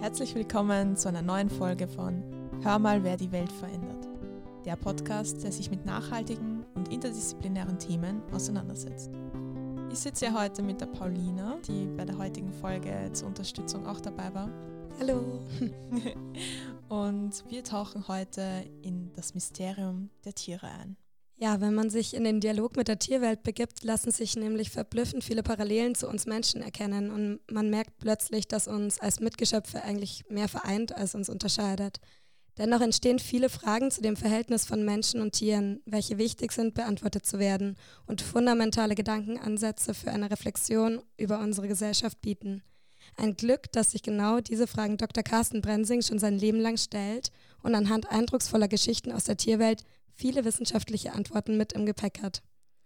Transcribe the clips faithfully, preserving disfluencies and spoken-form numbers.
Herzlich willkommen zu einer neuen Folge von Hör mal, wer die Welt verändert. Der Podcast, der sich mit nachhaltigen und interdisziplinären Themen auseinandersetzt. Ich sitze ja heute mit der Paulina, die bei der heutigen Folge zur Unterstützung auch dabei war. Hallo! Und wir tauchen heute in das Mysterium der Tiere ein. Ja, wenn man sich in den Dialog mit der Tierwelt begibt, lassen sich nämlich verblüffend viele Parallelen zu uns Menschen erkennen und man merkt plötzlich, dass uns als Mitgeschöpfe eigentlich mehr vereint, als uns unterscheidet. Dennoch entstehen viele Fragen zu dem Verhältnis von Menschen und Tieren, welche wichtig sind, beantwortet zu werden und fundamentale Gedankenansätze für eine Reflexion über unsere Gesellschaft bieten. Ein Glück, dass sich genau diese Fragen Doktor Carsten Brensing schon sein Leben lang stellt und anhand eindrucksvoller Geschichten aus der Tierwelt viele wissenschaftliche Antworten mit im Gepäck hat.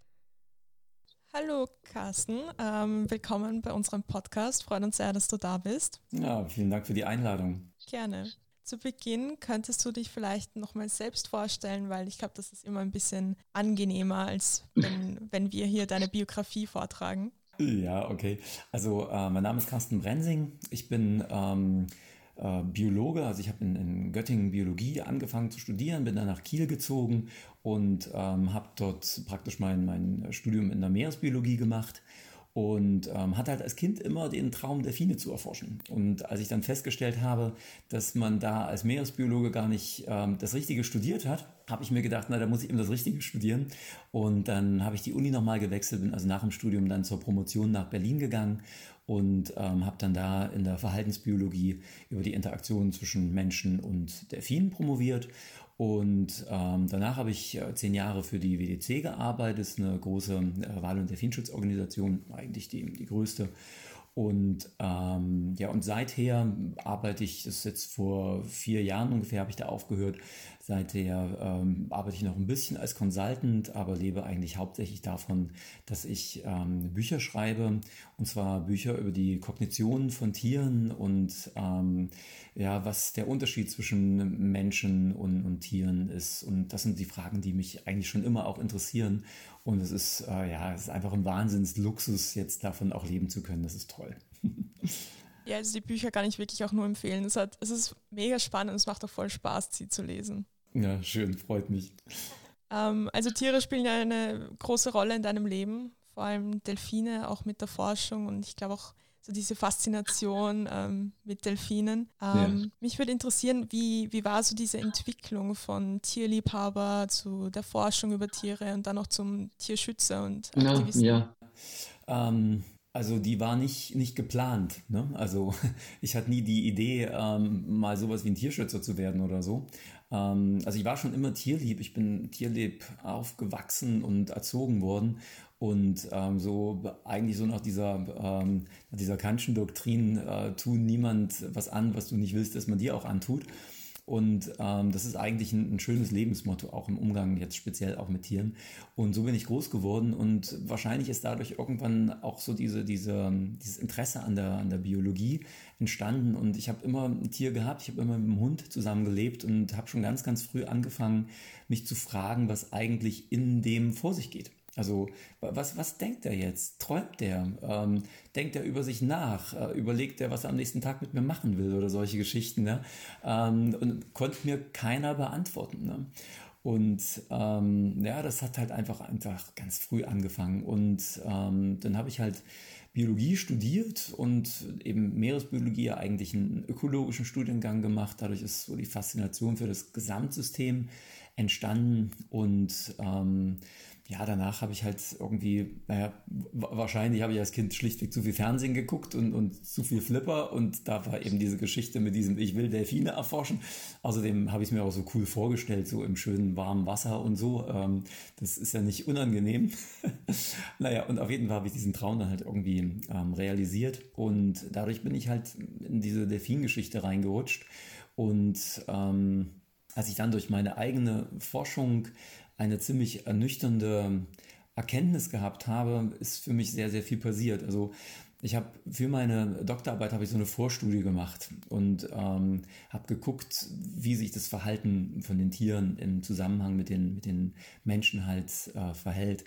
Hallo Carsten, ähm, willkommen bei unserem Podcast. Freut uns sehr, dass du da bist. Ja, vielen Dank für die Einladung. Gerne. Zu Beginn könntest du dich vielleicht nochmal selbst vorstellen, weil ich glaube, das ist immer ein bisschen angenehmer, als wenn, wenn wir hier deine Biografie vortragen. Ja, okay. Also äh, mein Name ist Carsten Brensing. Ich bin ähm, äh, Biologe, also ich habe in, in Göttingen Biologie angefangen zu studieren, bin dann nach Kiel gezogen und ähm, habe dort praktisch mein, mein Studium in der Meeresbiologie gemacht. Und ähm, hatte halt als Kind immer den Traum, Delfine zu erforschen. Und als ich dann festgestellt habe, dass man da als Meeresbiologe gar nicht ähm, das Richtige studiert hat, habe ich mir gedacht, na, da muss ich eben das Richtige studieren. Und dann habe ich die Uni nochmal gewechselt, bin also nach dem Studium dann zur Promotion nach Berlin gegangen und ähm, habe dann da in der Verhaltensbiologie über die Interaktion zwischen Menschen und Delfinen promoviert. Und ähm, danach habe ich äh, zehn Jahre für die W D C gearbeitet, das ist eine große äh, Wal- und Delfinschutzorganisation, eigentlich die, die größte. Und ähm, ja, und seither arbeite ich, das ist jetzt vor vier Jahren ungefähr, habe ich da aufgehört. Seither ähm, arbeite ich noch ein bisschen als Consultant, aber lebe eigentlich hauptsächlich davon, dass ich ähm, Bücher schreibe, und zwar Bücher über die Kognition von Tieren und ähm, ja, was der Unterschied zwischen Menschen und, und Tieren ist. Und das sind die Fragen, die mich eigentlich schon immer auch interessieren. Und es ist, äh, ja, es ist einfach ein Wahnsinnsluxus, jetzt davon auch leben zu können. Das ist toll. Ja, also die Bücher kann ich wirklich auch nur empfehlen. Es, hat, es ist mega spannend und es macht auch voll Spaß, sie zu lesen. Ja, schön, freut mich. Ähm, also Tiere spielen ja eine große Rolle in deinem Leben, vor allem Delfine, auch mit der Forschung und ich glaube auch so diese Faszination ähm, mit Delfinen. Ähm, ja. Mich würde interessieren, wie, wie war so diese Entwicklung von Tierliebhaber zu der Forschung über Tiere und dann auch zum Tierschützer und Aktivisten? Ja, ja. Ähm, also die war nicht, nicht geplant. Ne? Also ich hatte nie die Idee, ähm, mal sowas wie ein Tierschützer zu werden oder so. Ähm, also ich war schon immer tierlieb. Ich bin tierlieb aufgewachsen und erzogen worden. Und ähm, so eigentlich so nach dieser, ähm, nach dieser Kantschen Doktrin, äh, tu niemand was an, was du nicht willst, dass man dir auch antut. Und ähm, das ist eigentlich ein, ein schönes Lebensmotto, auch im Umgang jetzt speziell auch mit Tieren. Und so bin ich groß geworden und wahrscheinlich ist dadurch irgendwann auch so diese, diese, dieses Interesse an der, an der Biologie entstanden. Und ich habe immer ein Tier gehabt, ich habe immer mit einem Hund zusammengelebt und habe schon ganz, ganz früh angefangen, mich zu fragen, was eigentlich in dem vor sich geht. Also was, was denkt er jetzt? Träumt er? Ähm, denkt er über sich nach? Äh, überlegt er, was er am nächsten Tag mit mir machen will oder solche Geschichten? Ne? Ähm, und konnte mir keiner beantworten. Ne? Und ähm, ja, das hat halt einfach, einfach ganz früh angefangen. Und ähm, dann habe ich halt Biologie studiert und eben Meeresbiologie ja eigentlich einen ökologischen Studiengang gemacht. Dadurch ist so die Faszination für das Gesamtsystem entstanden und ähm, ja, danach habe ich halt irgendwie, naja, wahrscheinlich habe ich als Kind schlichtweg zu viel Fernsehen geguckt und, und zu viel Flipper und da war eben diese Geschichte mit diesem, ich will Delfine erforschen. Außerdem habe ich es mir auch so cool vorgestellt, so im schönen warmen Wasser und so. Ähm, das ist ja nicht unangenehm. Naja, und auf jeden Fall habe ich diesen Traum dann halt irgendwie ähm, realisiert und dadurch bin ich halt in diese Delfingeschichte reingerutscht und ähm, als ich dann durch meine eigene Forschung eine ziemlich ernüchternde Erkenntnis gehabt habe, ist für mich sehr, sehr viel passiert. Also ich habe für meine Doktorarbeit habe ich so eine Vorstudie gemacht und ähm, habe geguckt, wie sich das Verhalten von den Tieren im Zusammenhang mit den, mit den Menschen halt äh, verhält.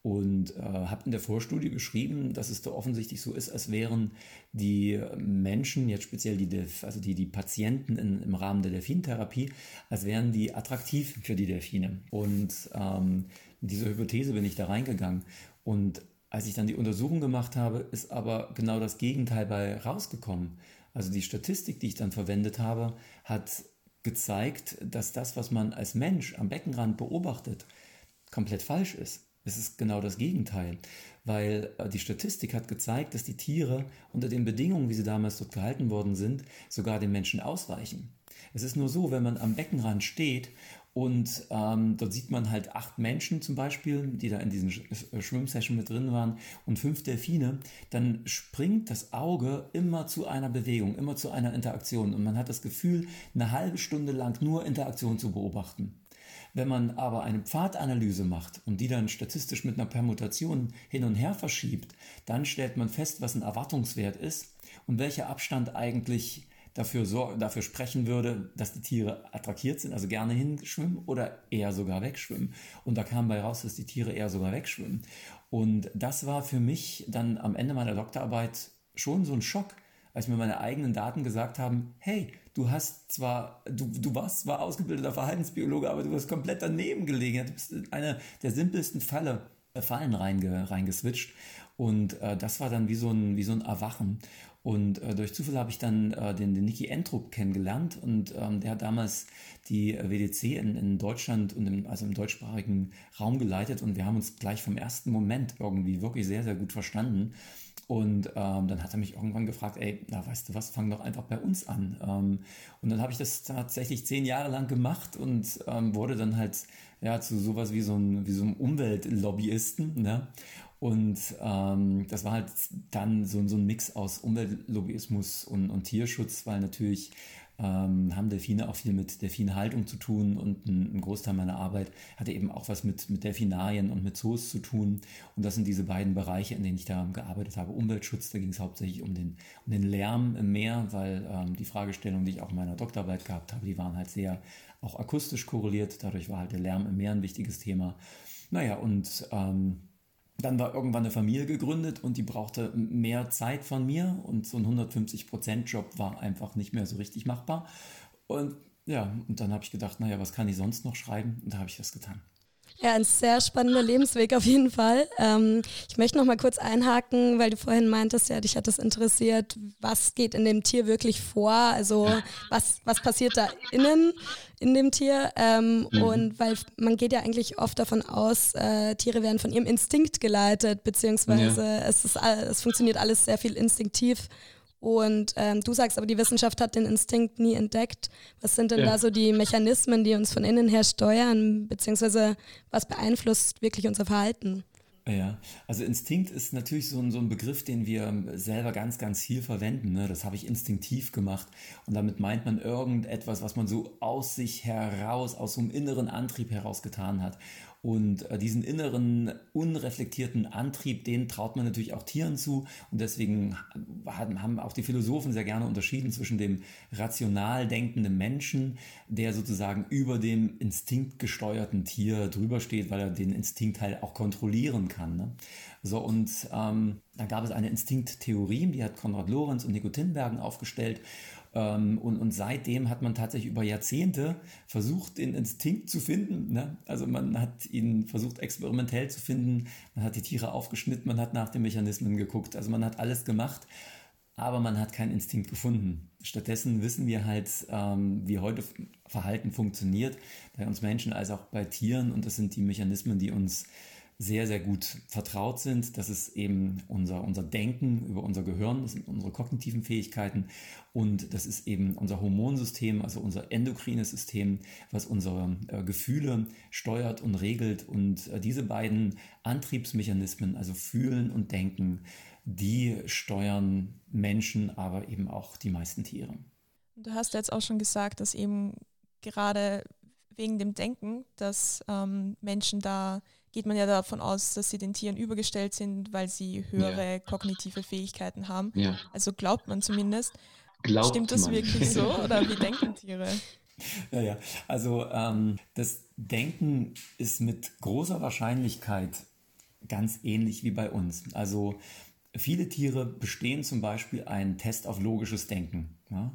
Und äh, habe in der Vorstudie geschrieben, dass es da offensichtlich so ist, als wären die Menschen, jetzt speziell die, Delf- also die, die Patienten in, im Rahmen der Delfintherapie, als wären die attraktiv für die Delfine. Und ähm, in diese Hypothese bin ich da reingegangen. Und als ich dann die Untersuchung gemacht habe, ist aber genau das Gegenteil bei rausgekommen. Also die Statistik, die ich dann verwendet habe, hat gezeigt, dass das, was man als Mensch am Beckenrand beobachtet, komplett falsch ist. Es ist genau das Gegenteil, weil die Statistik hat gezeigt, dass die Tiere unter den Bedingungen, wie sie damals dort gehalten worden sind, sogar den Menschen ausweichen. Es ist nur so, wenn man am Beckenrand steht und ähm, dort sieht man halt acht Menschen zum Beispiel, die da in diesen Sch- Schwimmsession mit drin waren und fünf Delfine, dann springt das Auge immer zu einer Bewegung, immer zu einer Interaktion und man hat das Gefühl, eine halbe Stunde lang nur Interaktion zu beobachten. Wenn man aber eine Pfadanalyse macht und die dann statistisch mit einer Permutation hin und her verschiebt, dann stellt man fest, was ein Erwartungswert ist und welcher Abstand eigentlich dafür, sor- dafür sprechen würde, dass die Tiere attrakiert sind, also gerne hinschwimmen oder eher sogar wegschwimmen. Und da kam bei raus, dass die Tiere eher sogar wegschwimmen. Und das war für mich dann am Ende meiner Doktorarbeit schon so ein Schock, als mir meine eigenen Daten gesagt haben, hey, du hast zwar, du, du warst zwar ausgebildeter Verhaltensbiologe, aber du hast komplett daneben gelegen. Du bist in eine der simpelsten Falle, äh, Fallen reinge, reingeswitcht. Und äh, das war dann wie so ein, wie so ein Erwachen. Und äh, durch Zufall habe ich dann äh, den, den Niki Entrup kennengelernt und ähm, der hat damals die W D C in, in Deutschland und im, also im deutschsprachigen Raum geleitet und wir haben uns gleich vom ersten Moment irgendwie wirklich sehr, sehr gut verstanden. Und ähm, dann hat er mich irgendwann gefragt, ey, na weißt du was, fang doch einfach bei uns an. Ähm, und dann habe ich das tatsächlich zehn Jahre lang gemacht und ähm, wurde dann halt ja zu sowas wie so, ein, wie so einem Umweltlobbyisten, ne? Und ähm, das war halt dann so, so ein Mix aus Umweltlobbyismus und, und Tierschutz, weil natürlich ähm, haben Delfine auch viel mit Delfinhaltung zu tun und ein, ein Großteil meiner Arbeit hatte eben auch was mit, mit Delfinarien und mit Zoos zu tun. Und das sind diese beiden Bereiche, in denen ich da gearbeitet habe. Umweltschutz, da ging es hauptsächlich um den, um den Lärm im Meer, weil ähm, die Fragestellungen, die ich auch in meiner Doktorarbeit gehabt habe, die waren halt sehr auch akustisch korreliert. Dadurch war halt der Lärm im Meer ein wichtiges Thema. Naja, und ähm, dann war irgendwann eine Familie gegründet und die brauchte mehr Zeit von mir und so ein hundertfünfzig-Prozent-Job war einfach nicht mehr so richtig machbar. Und ja, und dann habe ich gedacht, naja, was kann ich sonst noch schreiben? Und da habe ich das getan. Ja, ein sehr spannender Lebensweg auf jeden Fall. Ähm, ich möchte noch mal kurz einhaken, weil du vorhin meintest, ja, dich hat das interessiert, was geht in dem Tier wirklich vor? Also was, was passiert da innen in dem Tier? Ähm, mhm. Und weil man geht ja eigentlich oft davon aus, äh, Tiere werden von ihrem Instinkt geleitet, beziehungsweise ja. es, ist, es funktioniert alles sehr viel instinktiv. Und ähm, du sagst aber, die Wissenschaft hat den Instinkt nie entdeckt. Was sind denn ja. da so die Mechanismen, die uns von innen her steuern, beziehungsweise was beeinflusst wirklich unser Verhalten? Ja, also Instinkt ist natürlich so ein, so ein Begriff, den wir selber ganz, ganz viel verwenden. Ne? Das habe ich instinktiv gemacht. Und damit meint man irgendetwas, was man so aus sich heraus, aus so einem inneren Antrieb heraus getan hat. Und äh, diesen inneren, unreflektierten Antrieb, den traut man natürlich auch Tieren zu. Und deswegen haben, haben auch die Philosophen sehr gerne unterschieden zwischen dem rational denkenden Menschen, der sozusagen über dem instinktgesteuerten Tier drüber steht, weil er den Instinkt halt auch kontrollieren kann. Ne? So, und ähm, dann gab es eine Instinkttheorie, die hat Konrad Lorenz und Nico Tinbergen aufgestellt. Und, und seitdem hat man tatsächlich über Jahrzehnte versucht, den Instinkt zu finden. Ne? Also man hat ihn versucht, experimentell zu finden. Man hat die Tiere aufgeschnitten, man hat nach den Mechanismen geguckt. Also man hat alles gemacht, aber man hat keinen Instinkt gefunden. Stattdessen wissen wir halt, ähm, wie heute Verhalten funktioniert, bei uns Menschen als auch bei Tieren. Und das sind die Mechanismen, die uns sehr, sehr gut vertraut sind. Das ist eben unser, unser Denken über unser Gehirn, das sind unsere kognitiven Fähigkeiten und das ist eben unser Hormonsystem, also unser endokrines System, was unsere äh, Gefühle steuert und regelt. Und äh, diese beiden Antriebsmechanismen, also Fühlen und Denken, die steuern Menschen, aber eben auch die meisten Tiere. Du hast jetzt auch schon gesagt, dass eben gerade wegen dem Denken, dass ähm, Menschen da geht man ja davon aus, dass sie den Tieren übergestellt sind, weil sie höhere ja. kognitive Fähigkeiten haben. Ja. Also glaubt man zumindest. Glaubt Stimmt das man. Wirklich so oder wie denken Tiere? Ja, ja. Also ähm, das Denken ist mit großer Wahrscheinlichkeit ganz ähnlich wie bei uns. Also viele Tiere bestehen zum Beispiel einen Test auf logisches Denken. Ja?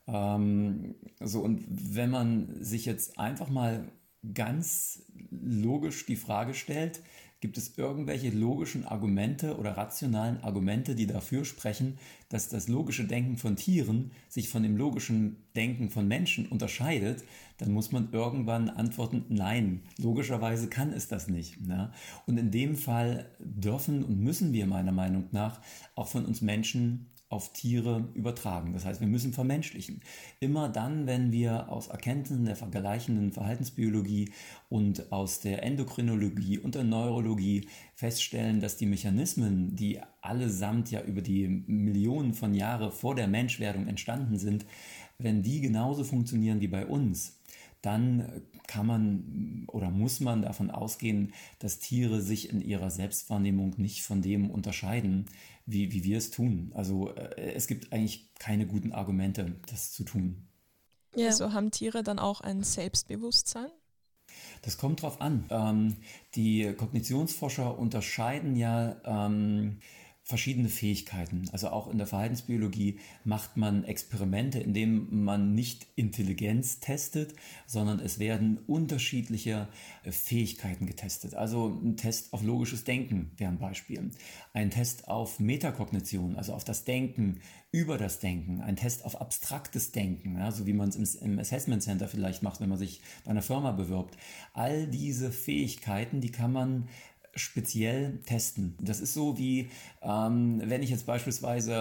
Ähm, so, und wenn man sich jetzt einfach mal ganz logisch die Frage stellt, gibt es irgendwelche logischen Argumente oder rationalen Argumente, die dafür sprechen, dass das logische Denken von Tieren sich von dem logischen Denken von Menschen unterscheidet, dann muss man irgendwann antworten, nein, logischerweise kann es das nicht. Ne? Und in dem Fall dürfen und müssen wir meiner Meinung nach auch von uns Menschen auf Tiere übertragen. Das heißt, wir müssen vermenschlichen. Immer dann, wenn wir aus Erkenntnissen der vergleichenden Verhaltensbiologie und aus der Endokrinologie und der Neurologie feststellen, dass die Mechanismen, die allesamt ja über die Millionen von Jahren vor der Menschwerdung entstanden sind, wenn die genauso funktionieren wie bei uns, dann kann man oder muss man davon ausgehen, dass Tiere sich in ihrer Selbstwahrnehmung nicht von dem unterscheiden, wie, wie wir es tun. Also äh, es gibt eigentlich keine guten Argumente, das zu tun. Ja. Also haben Tiere dann auch ein Selbstbewusstsein? Das kommt drauf an. Ähm, die Kognitionsforscher unterscheiden ja ähm, verschiedene Fähigkeiten. Also auch in der Verhaltensbiologie macht man Experimente, in denen man nicht Intelligenz testet, sondern es werden unterschiedliche Fähigkeiten getestet. Also ein Test auf logisches Denken wäre ein Beispiel. Ein Test auf Metakognition, also auf das Denken über das Denken. Ein Test auf abstraktes Denken, ja, so wie man es im, im Assessment Center vielleicht macht, wenn man sich bei einer Firma bewirbt. All diese Fähigkeiten, die kann man speziell testen. Das ist so wie, ähm, wenn ich jetzt beispielsweise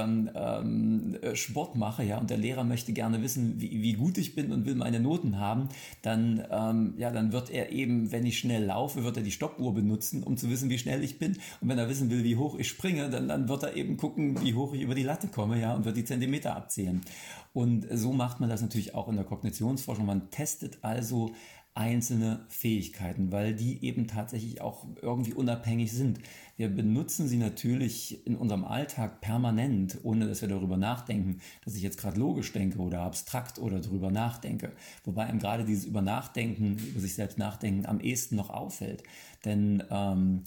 ähm, Sport mache, ja, und der Lehrer möchte gerne wissen, wie, wie gut ich bin und will meine Noten haben, dann, ähm, ja, dann wird er eben, wenn ich schnell laufe, wird er die Stoppuhr benutzen, um zu wissen, wie schnell ich bin. Und wenn er wissen will, wie hoch ich springe, dann, dann wird er eben gucken, wie hoch ich über die Latte komme, ja, und wird die Zentimeter abzählen. Und so macht man das natürlich auch in der Kognitionsforschung. Man testet also einzelne Fähigkeiten, weil die eben tatsächlich auch irgendwie unabhängig sind. Wir benutzen sie natürlich in unserem Alltag permanent, ohne dass wir darüber nachdenken, dass ich jetzt gerade logisch denke oder abstrakt oder darüber nachdenke. Wobei einem gerade dieses über Nachdenken, über sich selbst nachdenken am ehesten noch auffällt. Denn ähm,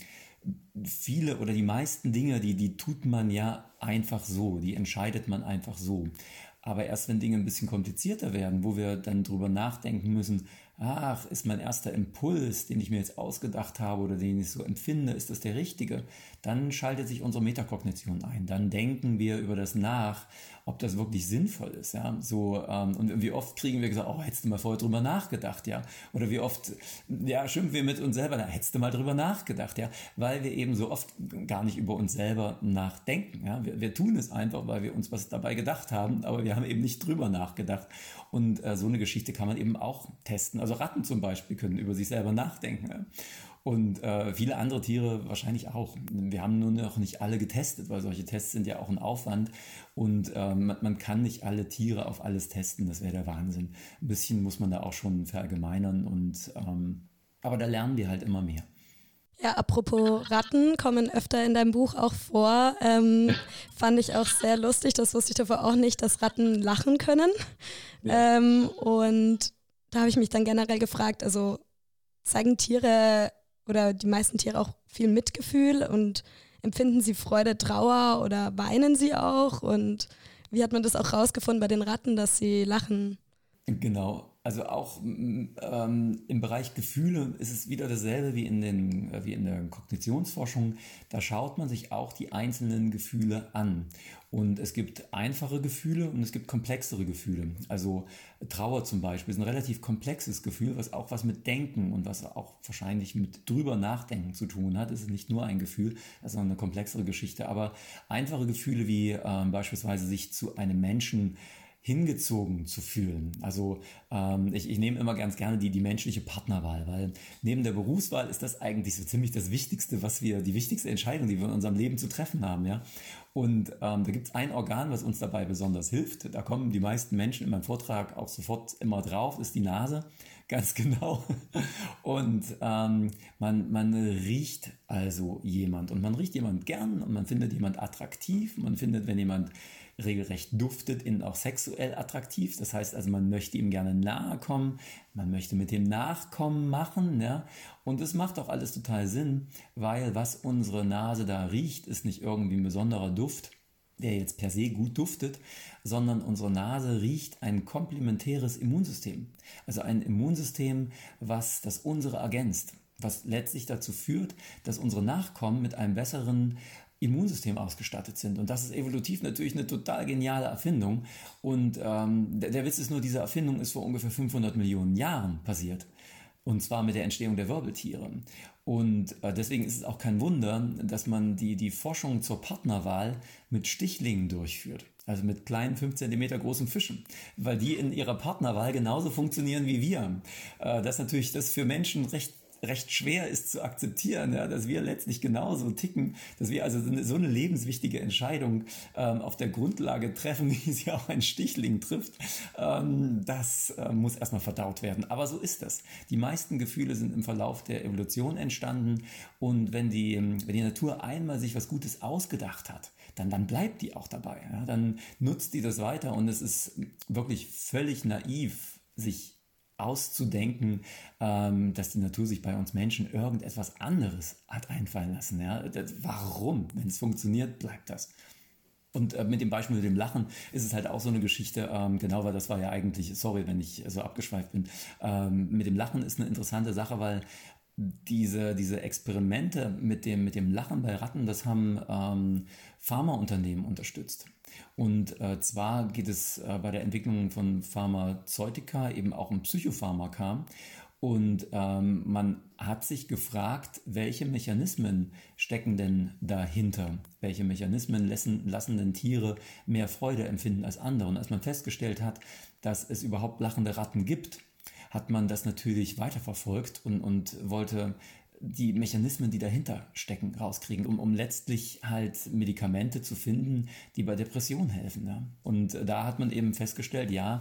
viele oder die meisten Dinge, die, die tut man ja einfach so, die entscheidet man einfach so. Aber erst wenn Dinge ein bisschen komplizierter werden, wo wir dann drüber nachdenken müssen, ach, ist mein erster Impuls, den ich mir jetzt ausgedacht habe oder den ich so empfinde, ist das der richtige? Dann schaltet sich unsere Metakognition ein. Dann denken wir über das nach, ob das wirklich sinnvoll ist. Ja? So, ähm, und wie oft kriegen wir gesagt, oh, hättest du mal vorher drüber nachgedacht, ja? Oder wie oft ja, schimpfen wir mit uns selber, da hättest du mal drüber nachgedacht, ja? Weil wir eben so oft gar nicht über uns selber nachdenken. Ja? Wir, wir tun es einfach, weil wir uns was dabei gedacht haben, aber wir haben eben nicht drüber nachgedacht. Und äh, so eine Geschichte kann man eben auch testen. Also Ratten zum Beispiel können über sich selber nachdenken. Ja? Und äh, viele andere Tiere wahrscheinlich auch. Wir haben nur noch nicht alle getestet, weil solche Tests sind ja auch ein Aufwand. Und ähm, man, man kann nicht alle Tiere auf alles testen, das wäre der Wahnsinn. Ein bisschen muss man da auch schon verallgemeinern. Und, ähm, aber da lernen wir halt immer mehr. Ja, apropos Ratten kommen öfter in deinem Buch auch vor. Ähm, fand ich auch sehr lustig, das wusste ich davor auch nicht, dass Ratten lachen können. Ja. Ähm, und da habe ich mich dann generell gefragt, also zeigen Tiere oder die meisten Tiere auch viel Mitgefühl und empfinden sie Freude, Trauer oder weinen sie auch? Und wie hat man das auch rausgefunden bei den Ratten, dass sie lachen? Genau. Also auch ähm, im Bereich Gefühle ist es wieder dasselbe wie in, den, wie in der Kognitionsforschung. Da schaut man sich auch die einzelnen Gefühle an. Und es gibt einfache Gefühle und es gibt komplexere Gefühle. Also Trauer zum Beispiel ist ein relativ komplexes Gefühl, was auch was mit Denken und was auch wahrscheinlich mit drüber nachdenken zu tun hat. Es ist nicht nur ein Gefühl, das ist eine komplexere Geschichte. Aber einfache Gefühle wie ähm, beispielsweise sich zu einem Menschen hingezogen zu fühlen. Also ähm, ich, ich nehme immer ganz gerne die, die menschliche Partnerwahl, weil neben der Berufswahl ist das eigentlich so ziemlich das Wichtigste, was wir, die wichtigste Entscheidung, die wir in unserem Leben zu treffen haben. Ja? Und ähm, da gibt es ein Organ, was uns dabei besonders hilft. Da kommen die meisten Menschen in meinem Vortrag auch sofort immer drauf, ist die Nase. Ganz genau. Und ähm, man, man riecht also jemand und man riecht jemand gern und man findet jemand attraktiv. Man findet, wenn jemand regelrecht duftet, ihn auch sexuell attraktiv. Das heißt also, man möchte ihm gerne nahe kommen, man möchte mit dem Nachkommen machen. Ja? Und es macht auch alles total Sinn, weil was unsere Nase da riecht, ist nicht irgendwie ein besonderer Duft, der jetzt per se gut duftet, sondern unsere Nase riecht ein komplementäres Immunsystem. Also ein Immunsystem, was das unsere ergänzt, was letztlich dazu führt, dass unsere Nachkommen mit einem besseren Immunsystem ausgestattet sind. Und das ist evolutiv natürlich eine total geniale Erfindung. Und ähm, der, der Witz ist nur, diese Erfindung ist vor ungefähr fünfhundert Millionen Jahren passiert. Und zwar mit der Entstehung der Wirbeltiere. Und äh, deswegen ist es auch kein Wunder, dass man die, die Forschung zur Partnerwahl mit Stichlingen durchführt. Also mit kleinen fünf Zentimeter großen Fischen. Weil die in ihrer Partnerwahl genauso funktionieren wie wir. Äh, das ist natürlich das für Menschen recht recht schwer ist zu akzeptieren, ja, dass wir letztlich genauso ticken, dass wir also so eine lebenswichtige Entscheidung ähm, auf der Grundlage treffen, wie sie auch ein Stichling trifft. Ähm, das äh, muss erstmal verdaut werden. Aber so ist das. Die meisten Gefühle sind im Verlauf der Evolution entstanden und wenn die, wenn die Natur einmal sich was Gutes ausgedacht hat, dann, dann bleibt die auch dabei. Ja? Dann nutzt die das weiter und es ist wirklich völlig naiv, sich auszudenken, ähm, dass die Natur sich bei uns Menschen irgendetwas anderes hat einfallen lassen. Ja? Das, warum? Wenn es funktioniert, bleibt das. Und äh, mit dem Beispiel mit dem Lachen ist es halt auch so eine Geschichte, ähm, genau, weil das war ja eigentlich, sorry, wenn ich so abgeschweift bin, ähm, mit dem Lachen ist eine interessante Sache, weil diese, diese Experimente mit dem, mit dem Lachen bei Ratten, das haben ähm, Pharmaunternehmen unterstützt. Und äh, zwar geht es äh, bei der Entwicklung von Pharmazeutika eben auch um Psychopharmaka. Und ähm, man hat sich gefragt, welche Mechanismen stecken denn dahinter? Welche Mechanismen lassen, lassen denn Tiere mehr Freude empfinden als andere? Und als man festgestellt hat, dass es überhaupt lachende Ratten gibt, hat man das natürlich weiterverfolgt und, und wollte die Mechanismen, die dahinter stecken, rauskriegen, um, um letztlich halt Medikamente zu finden, die bei Depressionen helfen. Ja? Und da hat man eben festgestellt, ja,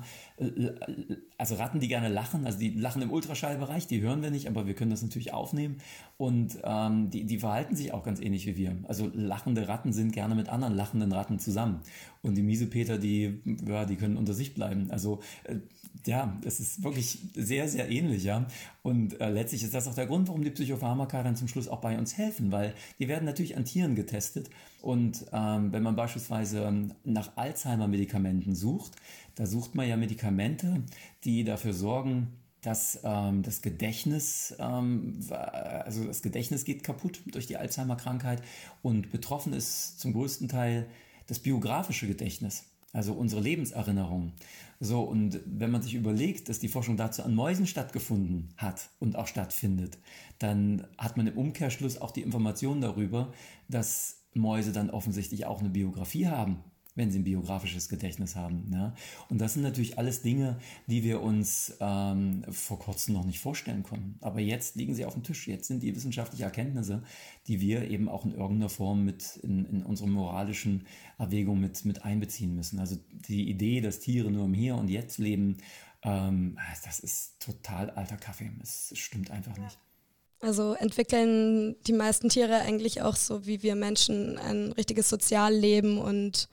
also Ratten, die gerne lachen, also die lachen im Ultraschallbereich, die hören wir nicht, aber wir können das natürlich aufnehmen und ähm, die, die verhalten sich auch ganz ähnlich wie wir. Also lachende Ratten sind gerne mit anderen lachenden Ratten zusammen und die Miesepeter, die, ja, die können unter sich bleiben. Also äh, ja, es ist wirklich sehr, sehr ähnlich, ja. Und äh, letztlich ist das auch der Grund, warum die Psychopharmaka dann zum Schluss auch bei uns helfen, weil die werden natürlich an Tieren getestet. Und ähm, wenn man beispielsweise nach Alzheimer-Medikamenten sucht, da sucht man ja Medikamente, die dafür sorgen, dass ähm, das Gedächtnis, ähm, also das Gedächtnis geht kaputt durch die Alzheimer-Krankheit und betroffen ist zum größten Teil das biografische Gedächtnis. Also unsere Lebenserinnerung. So, und wenn man sich überlegt, dass die Forschung dazu an Mäusen stattgefunden hat und auch stattfindet, dann hat man im Umkehrschluss auch die Information darüber, dass Mäuse dann offensichtlich auch eine Biografie haben, wenn sie ein biografisches Gedächtnis haben. Ja? Und das sind natürlich alles Dinge, die wir uns ähm, vor kurzem noch nicht vorstellen konnten. Aber jetzt liegen sie auf dem Tisch. Jetzt sind die wissenschaftlichen Erkenntnisse, die wir eben auch in irgendeiner Form mit in, in unsere moralischen Erwägungen mit, mit einbeziehen müssen. Also die Idee, dass Tiere nur im Hier und Jetzt leben, ähm, das ist total alter Kaffee. Es stimmt einfach nicht. Also entwickeln die meisten Tiere eigentlich auch so wie wir Menschen ein richtiges Sozialleben und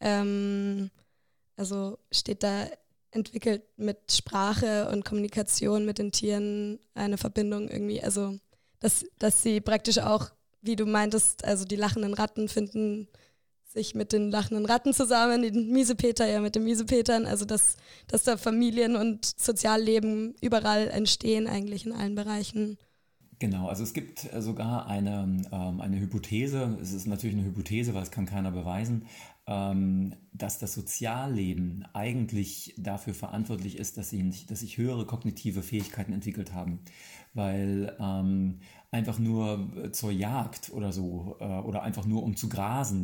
ähm, also steht da entwickelt mit Sprache und Kommunikation mit den Tieren eine Verbindung irgendwie, also dass, dass sie praktisch auch, wie du meintest, also die lachenden Ratten finden sich mit den lachenden Ratten zusammen, die Miesepeter ja mit den Miesepetern, also dass, dass da Familien und Sozialleben überall entstehen eigentlich in allen Bereichen. Genau, also es gibt sogar eine, ähm, eine Hypothese, es ist natürlich eine Hypothese, weil es kann keiner beweisen, ähm, dass das Sozialleben eigentlich dafür verantwortlich ist, dass sie, dass sich höhere kognitive Fähigkeiten entwickelt haben. Weil ähm, einfach nur zur Jagd oder so äh, oder einfach nur um zu grasen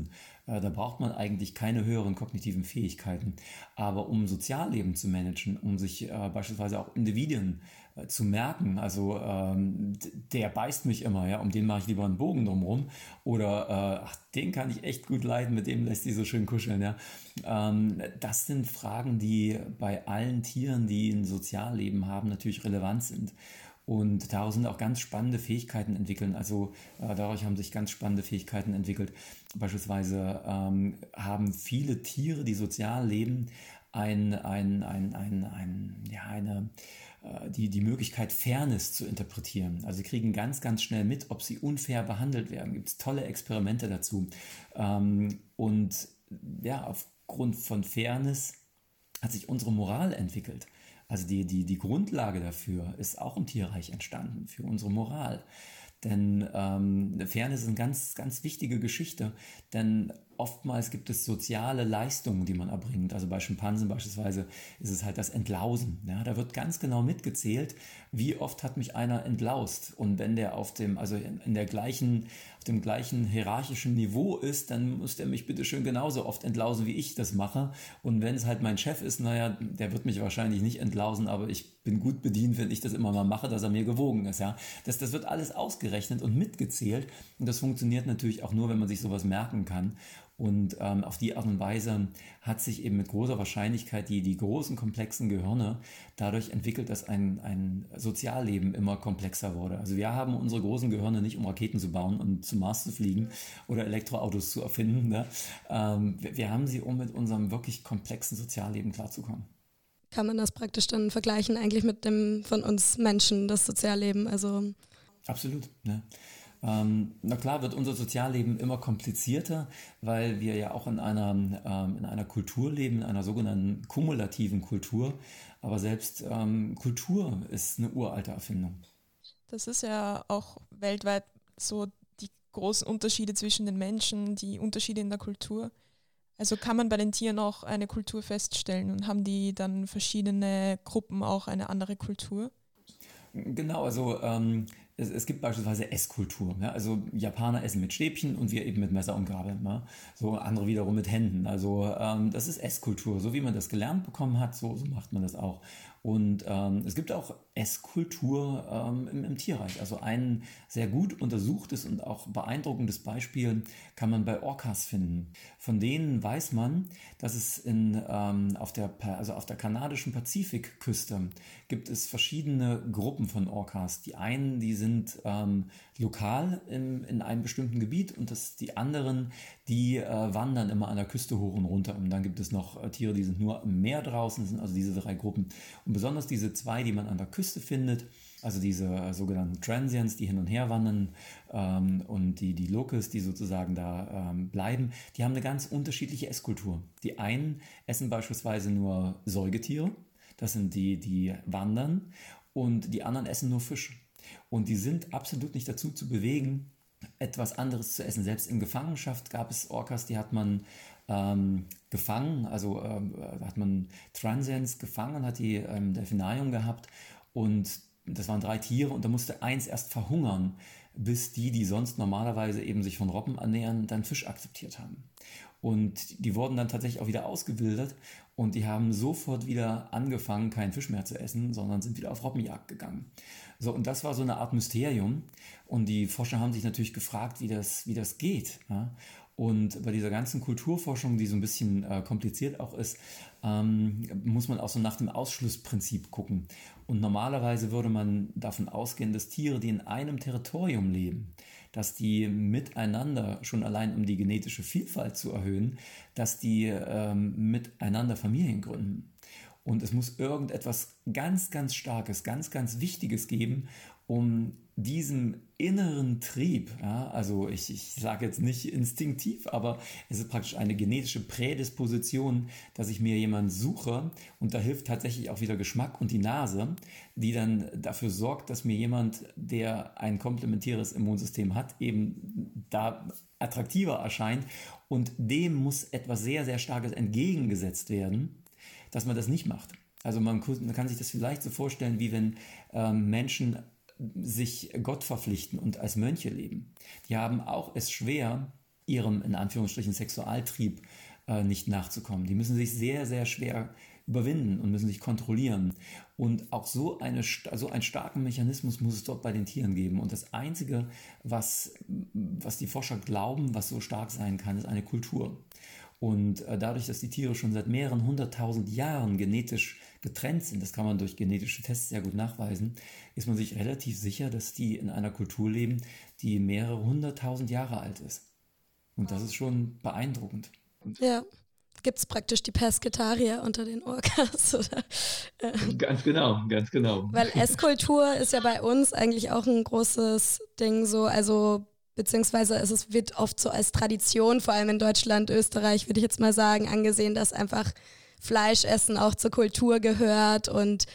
Äh, da braucht man eigentlich keine höheren kognitiven Fähigkeiten. Aber um Sozialleben zu managen, um sich äh, beispielsweise auch Individuen äh, zu merken, also ähm, der beißt mich immer, ja, um den mache ich lieber einen Bogen drumherum. Oder äh, ach, den kann ich echt gut leiden, mit dem lässt sich so schön kuscheln. Ja. Ähm, das sind Fragen, die bei allen Tieren, die ein Sozialleben haben, natürlich relevant sind. Und daraus sind auch ganz spannende Fähigkeiten entwickelt. Also äh, dadurch haben sich ganz spannende Fähigkeiten entwickelt. Beispielsweise ähm, haben viele Tiere, die sozial leben, ein, ein, ein, ein, ein, ja, eine, äh, die, die Möglichkeit, Fairness zu interpretieren. Also sie kriegen ganz, ganz schnell mit, ob sie unfair behandelt werden. Gibt es tolle Experimente dazu. Ähm, und ja, aufgrund von Fairness hat sich unsere Moral entwickelt. Also die, die, die Grundlage dafür ist auch im Tierreich entstanden, für unsere Moral. Denn ähm, Fairness ist eine ganz, ganz wichtige Geschichte, denn oftmals gibt es soziale Leistungen, die man erbringt. Also bei Schimpansen beispielsweise ist es halt das Entlausen. Ja, da wird ganz genau mitgezählt, wie oft hat mich einer entlaust. Und wenn der auf dem, also in der gleichen, auf dem gleichen hierarchischen Niveau ist, dann muss der mich bitte schön genauso oft entlausen, wie ich das mache. Und wenn es halt mein Chef ist, naja, der wird mich wahrscheinlich nicht entlausen, aber ich bin gut bedient, wenn ich das immer mal mache, dass er mir gewogen ist. Ja, das, das wird alles ausgerechnet und mitgezählt. Und das funktioniert natürlich auch nur, wenn man sich sowas merken kann. Und ähm, auf die Art und Weise hat sich eben mit großer Wahrscheinlichkeit die, die großen, komplexen Gehirne dadurch entwickelt, dass ein, ein Sozialleben immer komplexer wurde. Also wir haben unsere großen Gehirne nicht, um Raketen zu bauen und zum Mars zu fliegen oder Elektroautos zu erfinden. Ne? Ähm, wir, wir haben sie, um mit unserem wirklich komplexen Sozialleben klarzukommen. Kann man das praktisch dann vergleichen eigentlich mit dem von uns Menschen, das Sozialleben? Also Absolut, ne? Ähm, na klar wird unser Sozialleben immer komplizierter, weil wir ja auch in einer, ähm, in einer Kultur leben, in einer sogenannten kumulativen Kultur. Aber selbst ähm, Kultur ist eine uralte Erfindung. Das ist ja auch weltweit so die großen Unterschiede zwischen den Menschen, die Unterschiede in der Kultur. Also kann man bei den Tieren auch eine Kultur feststellen und haben die dann verschiedene Gruppen auch eine andere Kultur? Genau, also ähm, es, es gibt beispielsweise Esskultur. Ja? Also Japaner essen mit Stäbchen und wir eben mit Messer und Gabel. Ne? So andere wiederum mit Händen. Also ähm, das ist Esskultur. So wie man das gelernt bekommen hat, so, so macht man das auch. Und ähm, es gibt auch Esskultur ähm, im, im Tierreich. Also ein sehr gut untersuchtes und auch beeindruckendes Beispiel kann man bei Orcas finden. Von denen weiß man, dass es in, ähm, auf, der, also auf der kanadischen Pazifikküste gibt es verschiedene Gruppen von Orcas. Die einen, die sind ähm, lokal in, in einem bestimmten Gebiet und das, die anderen, die äh, wandern immer an der Küste hoch und runter. Und dann gibt es noch äh, Tiere, die sind nur im Meer draußen, das sind also diese drei Gruppen. Und besonders diese zwei, die man an der Küste findet, also diese äh, sogenannten Transients, die hin und her wandern ähm, und die, die Locals, die sozusagen da ähm, bleiben, die haben eine ganz unterschiedliche Esskultur. Die einen essen beispielsweise nur Säugetiere, das sind die, die wandern, und die anderen essen nur Fisch. Und die sind absolut nicht dazu zu bewegen, etwas anderes zu essen. Selbst in Gefangenschaft gab es Orcas, die hat man ähm, gefangen, also ähm, hat man Transients gefangen, hat die im Delfinarium gehabt und das waren drei Tiere und da musste eins erst verhungern, bis die, die sonst normalerweise eben sich von Robben ernähren, dann Fisch akzeptiert haben. Und die wurden dann tatsächlich auch wieder ausgewildert und die haben sofort wieder angefangen, keinen Fisch mehr zu essen, sondern sind wieder auf Robbenjagd gegangen. So, und das war so eine Art Mysterium. Und die Forscher haben sich natürlich gefragt, wie das, wie das geht. Ja? Und bei dieser ganzen Kulturforschung, die so ein bisschen äh, kompliziert auch ist, ähm, muss man auch so nach dem Ausschlussprinzip gucken. Und normalerweise würde man davon ausgehen, dass Tiere, die in einem Territorium leben, dass die miteinander, schon allein um die genetische Vielfalt zu erhöhen, dass die ähm, miteinander Familien gründen. Und es muss irgendetwas ganz, ganz Starkes, ganz, ganz Wichtiges geben, um diesem inneren Trieb, ja, also ich, ich sage jetzt nicht instinktiv, aber es ist praktisch eine genetische Prädisposition, dass ich mir jemanden suche und da hilft tatsächlich auch wieder Geschmack und die Nase, die dann dafür sorgt, dass mir jemand, der ein komplementäres Immunsystem hat, eben da attraktiver erscheint und dem muss etwas sehr, sehr Starkes entgegengesetzt werden, dass man das nicht macht. Also man, man kann sich das vielleicht so vorstellen, wie wenn ähm, Menschen sich Gott verpflichten und als Mönche leben. Die haben auch es schwer, ihrem, in Anführungsstrichen, Sexualtrieb äh, nicht nachzukommen. Die müssen sich sehr, sehr schwer überwinden und müssen sich kontrollieren. Und auch so, eine, so einen starken Mechanismus muss es dort bei den Tieren geben. Und das Einzige, was, was die Forscher glauben, was so stark sein kann, ist eine Kultur. Und äh, dadurch, dass die Tiere schon seit mehreren hunderttausend Jahren genetisch getrennt sind, das kann man durch genetische Tests sehr gut nachweisen, ist man sich relativ sicher, dass die in einer Kultur leben, die mehrere hunderttausend Jahre alt ist. Und das ist schon beeindruckend. Ja. Gibt es praktisch die Pesketarier unter den Orcas? Oder, äh, ganz genau, ganz genau. Weil Esskultur ist ja bei uns eigentlich auch ein großes Ding so, also beziehungsweise es ist, wird oft so als Tradition, vor allem in Deutschland, Österreich, würde ich jetzt mal sagen, angesehen, dass einfach Fleischessen auch zur Kultur gehört und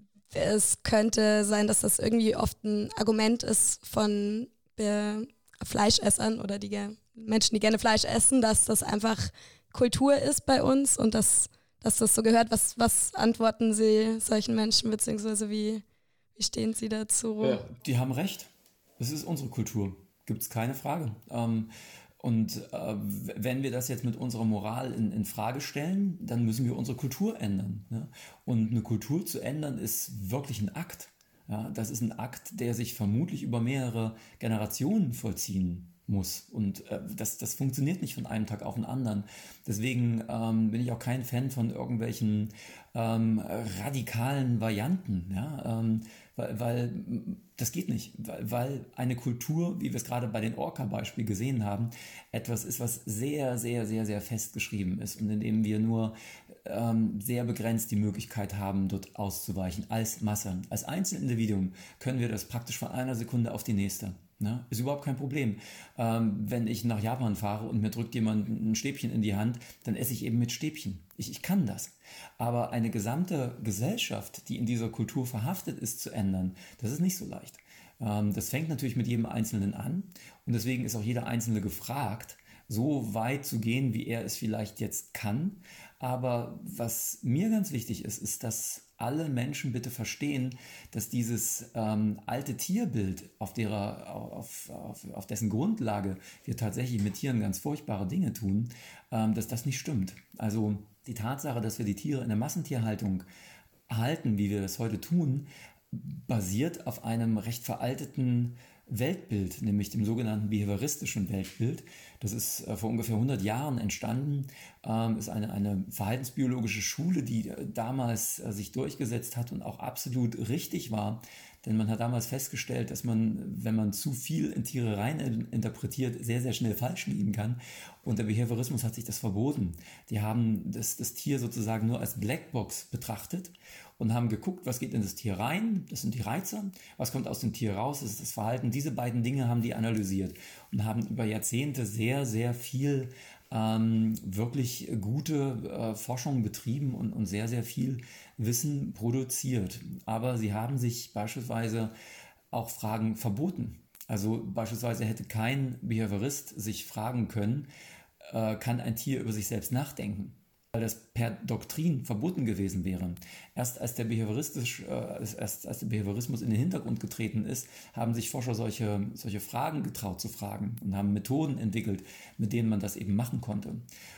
es könnte sein, dass das irgendwie oft ein Argument ist von äh, Fleischessern oder die Menschen, die gerne Fleisch essen, dass das einfach Kultur ist bei uns und dass, dass das so gehört. Was, was antworten Sie solchen Menschen, beziehungsweise wie, wie stehen Sie dazu? Ja, die haben recht. Das ist unsere Kultur. Gibt es keine Frage. Ähm, und äh, wenn wir das jetzt mit unserer Moral in, in Frage stellen, dann müssen wir unsere Kultur ändern. Ne? Und eine Kultur zu ändern ist wirklich ein Akt. Ja? Das ist ein Akt, der sich vermutlich über mehrere Generationen vollziehen muss. Und äh, das, das funktioniert nicht von einem Tag auf den anderen. Deswegen ähm, bin ich auch kein Fan von irgendwelchen ähm, radikalen Varianten, ja? ähm, weil, weil das geht nicht, weil, weil eine Kultur, wie wir es gerade bei den Orca-Beispiel gesehen haben, etwas ist, was sehr, sehr, sehr, sehr festgeschrieben ist und in dem wir nur ähm, sehr begrenzt die Möglichkeit haben, dort auszuweichen als Masse. Als Einzelindividuum können wir das praktisch von einer Sekunde auf die nächste. Ne? Ist überhaupt kein Problem. Ähm, wenn ich nach Japan fahre und mir drückt jemand ein Stäbchen in die Hand, dann esse ich eben mit Stäbchen. Ich, ich kann das. Aber eine gesamte Gesellschaft, die in dieser Kultur verhaftet ist, zu ändern, das ist nicht so leicht. Ähm, das fängt natürlich mit jedem Einzelnen an und deswegen ist auch jeder Einzelne gefragt, so weit zu gehen, wie er es vielleicht jetzt kann. Aber was mir ganz wichtig ist, ist, dass alle Menschen bitte verstehen, dass dieses ähm, alte Tierbild, auf, derer, auf, auf, auf dessen Grundlage wir tatsächlich mit Tieren ganz furchtbare Dinge tun, ähm, dass das nicht stimmt. Also die Tatsache, dass wir die Tiere in der Massentierhaltung halten, wie wir das heute tun, basiert auf einem recht veralteten Weltbild, nämlich dem sogenannten behavioristischen Weltbild. Das ist äh, vor ungefähr hundert Jahren entstanden, ähm, ist eine, eine verhaltensbiologische Schule, die äh, damals äh, sich durchgesetzt hat und auch absolut richtig war. Denn man hat damals festgestellt, dass man, wenn man zu viel in Tiere rein interpretiert, sehr, sehr schnell falsch liegen kann. Und der Behaviorismus hat sich das verboten. Die haben das, das Tier sozusagen nur als Blackbox betrachtet und haben geguckt, was geht in das Tier rein, das sind die Reize, was kommt aus dem Tier raus, das ist das Verhalten. Diese beiden Dinge haben die analysiert und haben über Jahrzehnte sehr, sehr viel ähm, wirklich gute äh, Forschung betrieben und, und sehr, sehr viel Wissen produziert. Aber sie haben sich beispielsweise auch Fragen verboten. Also beispielsweise hätte kein Behaviorist sich fragen können, äh, kann ein Tier über sich selbst nachdenken? Weil das per Doktrin verboten gewesen wäre. Erst als der, Behavioristisch, äh, erst als der Behaviorismus in den Hintergrund getreten ist, haben sich Forscher solche, solche Fragen getraut zu fragen und haben Methoden entwickelt, mit denen man das eben machen konnte.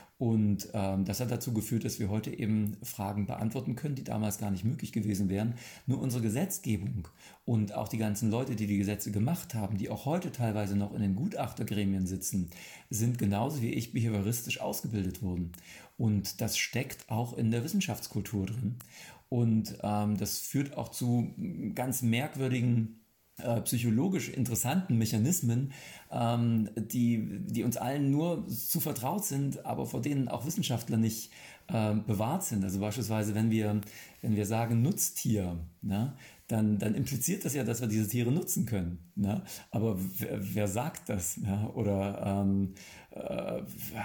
Und ähm, das hat dazu geführt, dass wir heute eben Fragen beantworten können, die damals gar nicht möglich gewesen wären. Nur unsere Gesetzgebung und auch die ganzen Leute, die die Gesetze gemacht haben, die auch heute teilweise noch in den Gutachtergremien sitzen, sind genauso wie ich behavioristisch ausgebildet worden. Und das steckt auch in der Wissenschaftskultur drin. Und ähm, das führt auch zu ganz merkwürdigen Äh, psychologisch interessanten Mechanismen, ähm, die, die uns allen nur zu vertraut sind, aber vor denen auch Wissenschaftler nicht äh, bewahrt sind. Also beispielsweise, wenn wir, wenn wir sagen Nutztier, ne, dann, dann impliziert das ja, dass wir diese Tiere nutzen können. Ne? Aber wer, wer sagt das? Ne? Oder ähm, äh,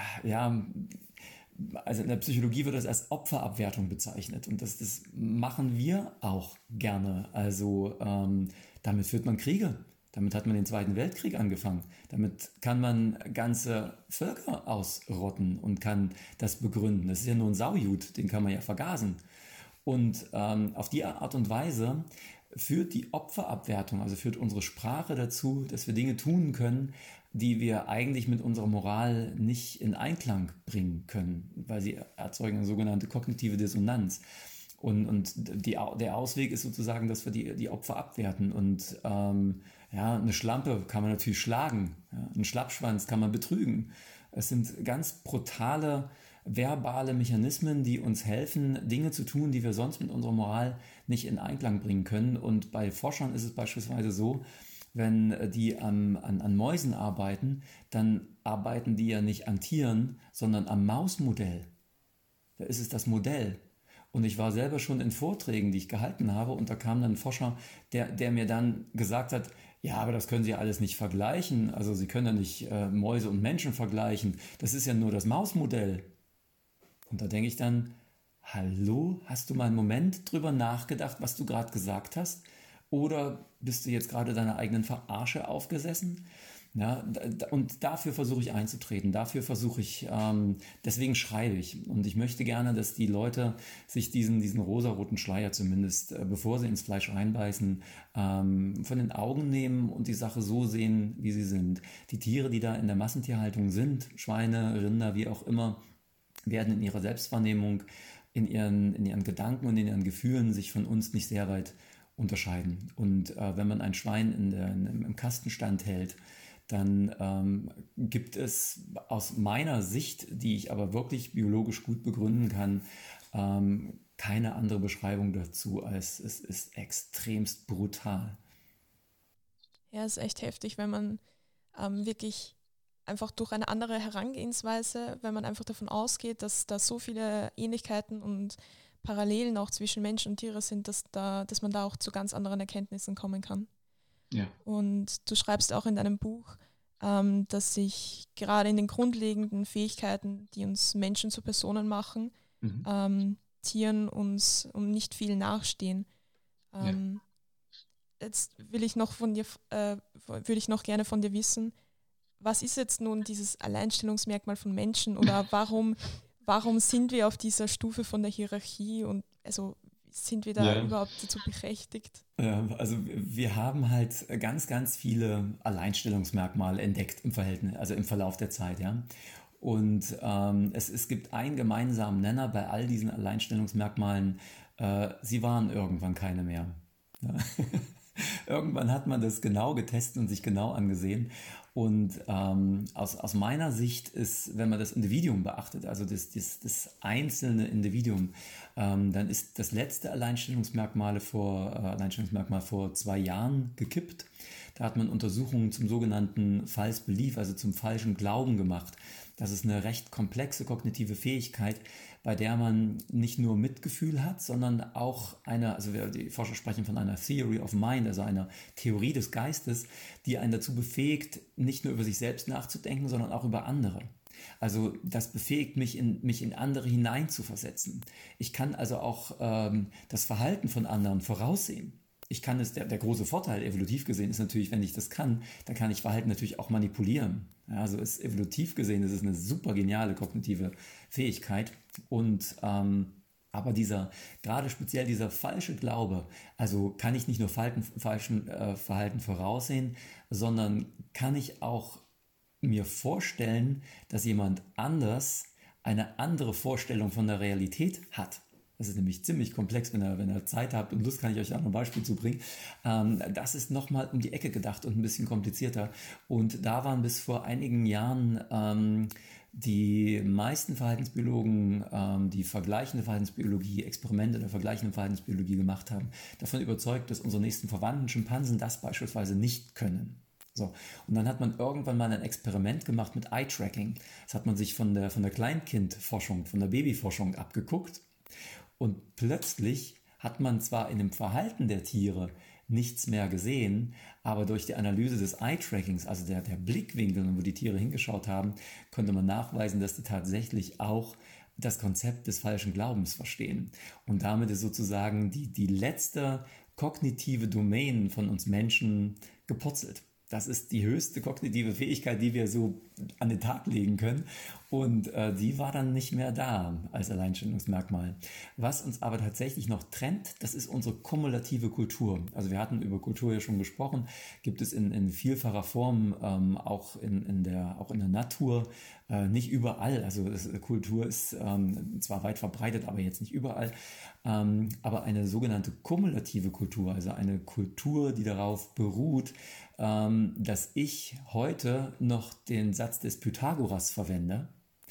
ja, also in der Psychologie wird das als Opferabwertung bezeichnet und das, das machen wir auch gerne. Also ähm, damit führt man Kriege. Damit hat man den Zweiten Weltkrieg angefangen. Damit kann man ganze Völker ausrotten und kann das begründen. Das ist ja nur ein Saujud, den kann man ja vergasen. Und ähm, auf die Art und Weise führt die Opferabwertung, also führt unsere Sprache dazu, dass wir Dinge tun können, die wir eigentlich mit unserer Moral nicht in Einklang bringen können, weil sie erzeugen eine sogenannte kognitive Dissonanz. Und, und die, der Ausweg ist sozusagen, dass wir die, die Opfer abwerten. Und ähm, ja, eine Schlampe kann man natürlich schlagen, ja, einen Schlappschwanz kann man betrügen. Es sind ganz brutale verbale Mechanismen, die uns helfen, Dinge zu tun, die wir sonst mit unserer Moral nicht in Einklang bringen können. Und bei Forschern ist es beispielsweise so, wenn die an, an, an Mäusen arbeiten, dann arbeiten die ja nicht an Tieren, sondern am Mausmodell. Da ist es das Modell. Und ich war selber schon in Vorträgen, die ich gehalten habe, und da kam dann ein Forscher, der, der mir dann gesagt hat, ja, aber das können Sie ja alles nicht vergleichen. Also Sie können ja nicht äh, Mäuse und Menschen vergleichen. Das ist ja nur das Mausmodell. Und da denke ich dann, hallo, hast du mal einen Moment drüber nachgedacht, was du gerade gesagt hast? Oder bist du jetzt gerade deiner eigenen Verarsche aufgesessen? Ja, und dafür versuche ich einzutreten, dafür versuche ich, ähm, deswegen schreibe ich. Und ich möchte gerne, dass die Leute sich diesen, diesen rosaroten Schleier zumindest, äh, bevor sie ins Fleisch reinbeißen, ähm, von den Augen nehmen und die Sache so sehen, wie sie sind. Die Tiere, die da in der Massentierhaltung sind, Schweine, Rinder, wie auch immer, werden in ihrer Selbstwahrnehmung, in ihren, in ihren Gedanken und in ihren Gefühlen sich von uns nicht sehr weit unterscheiden. Und äh, wenn man ein Schwein in der, in, im Kastenstand hält, dann ähm, gibt es aus meiner Sicht, die ich aber wirklich biologisch gut begründen kann, ähm, keine andere Beschreibung dazu, als es ist extremst brutal. Ja, es ist echt heftig, wenn man ähm, wirklich einfach durch eine andere Herangehensweise, wenn man einfach davon ausgeht, dass da so viele Ähnlichkeiten und Parallelen auch zwischen Mensch und Tiere sind, dass, da, dass man da auch zu ganz anderen Erkenntnissen kommen kann. Ja. Und du schreibst auch in deinem Buch, ähm, dass sich gerade in den grundlegenden Fähigkeiten, die uns Menschen zu Personen machen, Mhm. ähm, Tieren uns um nicht viel nachstehen. Ähm, ja. Jetzt will ich noch von dir, äh, würde ich noch gerne von dir wissen, was ist jetzt nun dieses Alleinstellungsmerkmal von Menschen oder warum, warum sind wir auf dieser Stufe von der Hierarchie und also sind wir da Ja. überhaupt dazu berechtigt? Ja, also wir haben halt ganz, ganz viele Alleinstellungsmerkmale entdeckt im Verhältnis, also im Verlauf der Zeit, ja. Und ähm, es, es gibt einen gemeinsamen Nenner bei all diesen Alleinstellungsmerkmalen, äh, sie waren irgendwann keine mehr. Ja. Irgendwann hat man das genau getestet und sich genau angesehen. Und ähm, aus, aus meiner Sicht ist, wenn man das Individuum beachtet, also das, das, das einzelne Individuum, ähm, dann ist das letzte Alleinstellungsmerkmal vor, äh, Alleinstellungsmerkmal vor zwei Jahren gekippt. Da hat man Untersuchungen zum sogenannten False Belief, also zum falschen Glauben gemacht. Das ist eine recht komplexe kognitive Fähigkeit, bei der man nicht nur Mitgefühl hat, sondern auch eine, also die Forscher sprechen von einer Theory of Mind, also einer Theorie des Geistes, die einen dazu befähigt, nicht nur über sich selbst nachzudenken, sondern auch über andere. Also das befähigt mich, in, mich in andere hineinzuversetzen. Ich kann also auch ähm, das Verhalten von anderen voraussehen. Ich kann es, der, der große Vorteil evolutiv gesehen ist natürlich, wenn ich das kann, dann kann ich Verhalten natürlich auch manipulieren. Ja, also ist evolutiv gesehen, das ist eine super geniale kognitive Fähigkeit. Und ähm, aber dieser, gerade speziell dieser falsche Glaube, also kann ich nicht nur Verhalten, falschen äh, Verhalten voraussehen, sondern kann ich auch mir vorstellen, dass jemand anders eine andere Vorstellung von der Realität hat. Das ist nämlich ziemlich komplex, wenn ihr, wenn ihr Zeit habt und Lust, kann ich euch auch noch ein Beispiel zubringen. Ähm, das ist nochmal um die Ecke gedacht und ein bisschen komplizierter. Und da waren bis vor einigen Jahren ähm, die meisten Verhaltensbiologen, ähm, die vergleichende Verhaltensbiologie, Experimente der vergleichenden Verhaltensbiologie gemacht haben, davon überzeugt, dass unsere nächsten Verwandten Schimpansen das beispielsweise nicht können. So. Und dann hat man irgendwann mal ein Experiment gemacht mit Eye-Tracking. Das hat man sich von der, von der Kleinkindforschung, von der Babyforschung abgeguckt. Und plötzlich hat man zwar in dem Verhalten der Tiere nichts mehr gesehen, aber durch die Analyse des Eye-Trackings, also der, der Blickwinkel, wo die Tiere hingeschaut haben, konnte man nachweisen, dass die tatsächlich auch das Konzept des falschen Glaubens verstehen. Und damit ist sozusagen die, die letzte kognitive Domain von uns Menschen gepurzelt. Das ist die höchste kognitive Fähigkeit, die wir so an den Tag legen können. Und äh, die war dann nicht mehr da als Alleinstellungsmerkmal. Was uns aber tatsächlich noch trennt, das ist unsere kumulative Kultur. Also wir hatten über Kultur ja schon gesprochen, gibt es in, in vielfacher Form, ähm, auch, in, in der, auch in der Natur, äh, nicht überall. Also das, Kultur ist ähm, zwar weit verbreitet, aber jetzt nicht überall. Ähm, aber eine sogenannte kumulative Kultur, also eine Kultur, die darauf beruht, ähm, dass ich heute noch den Satz des Pythagoras verwende,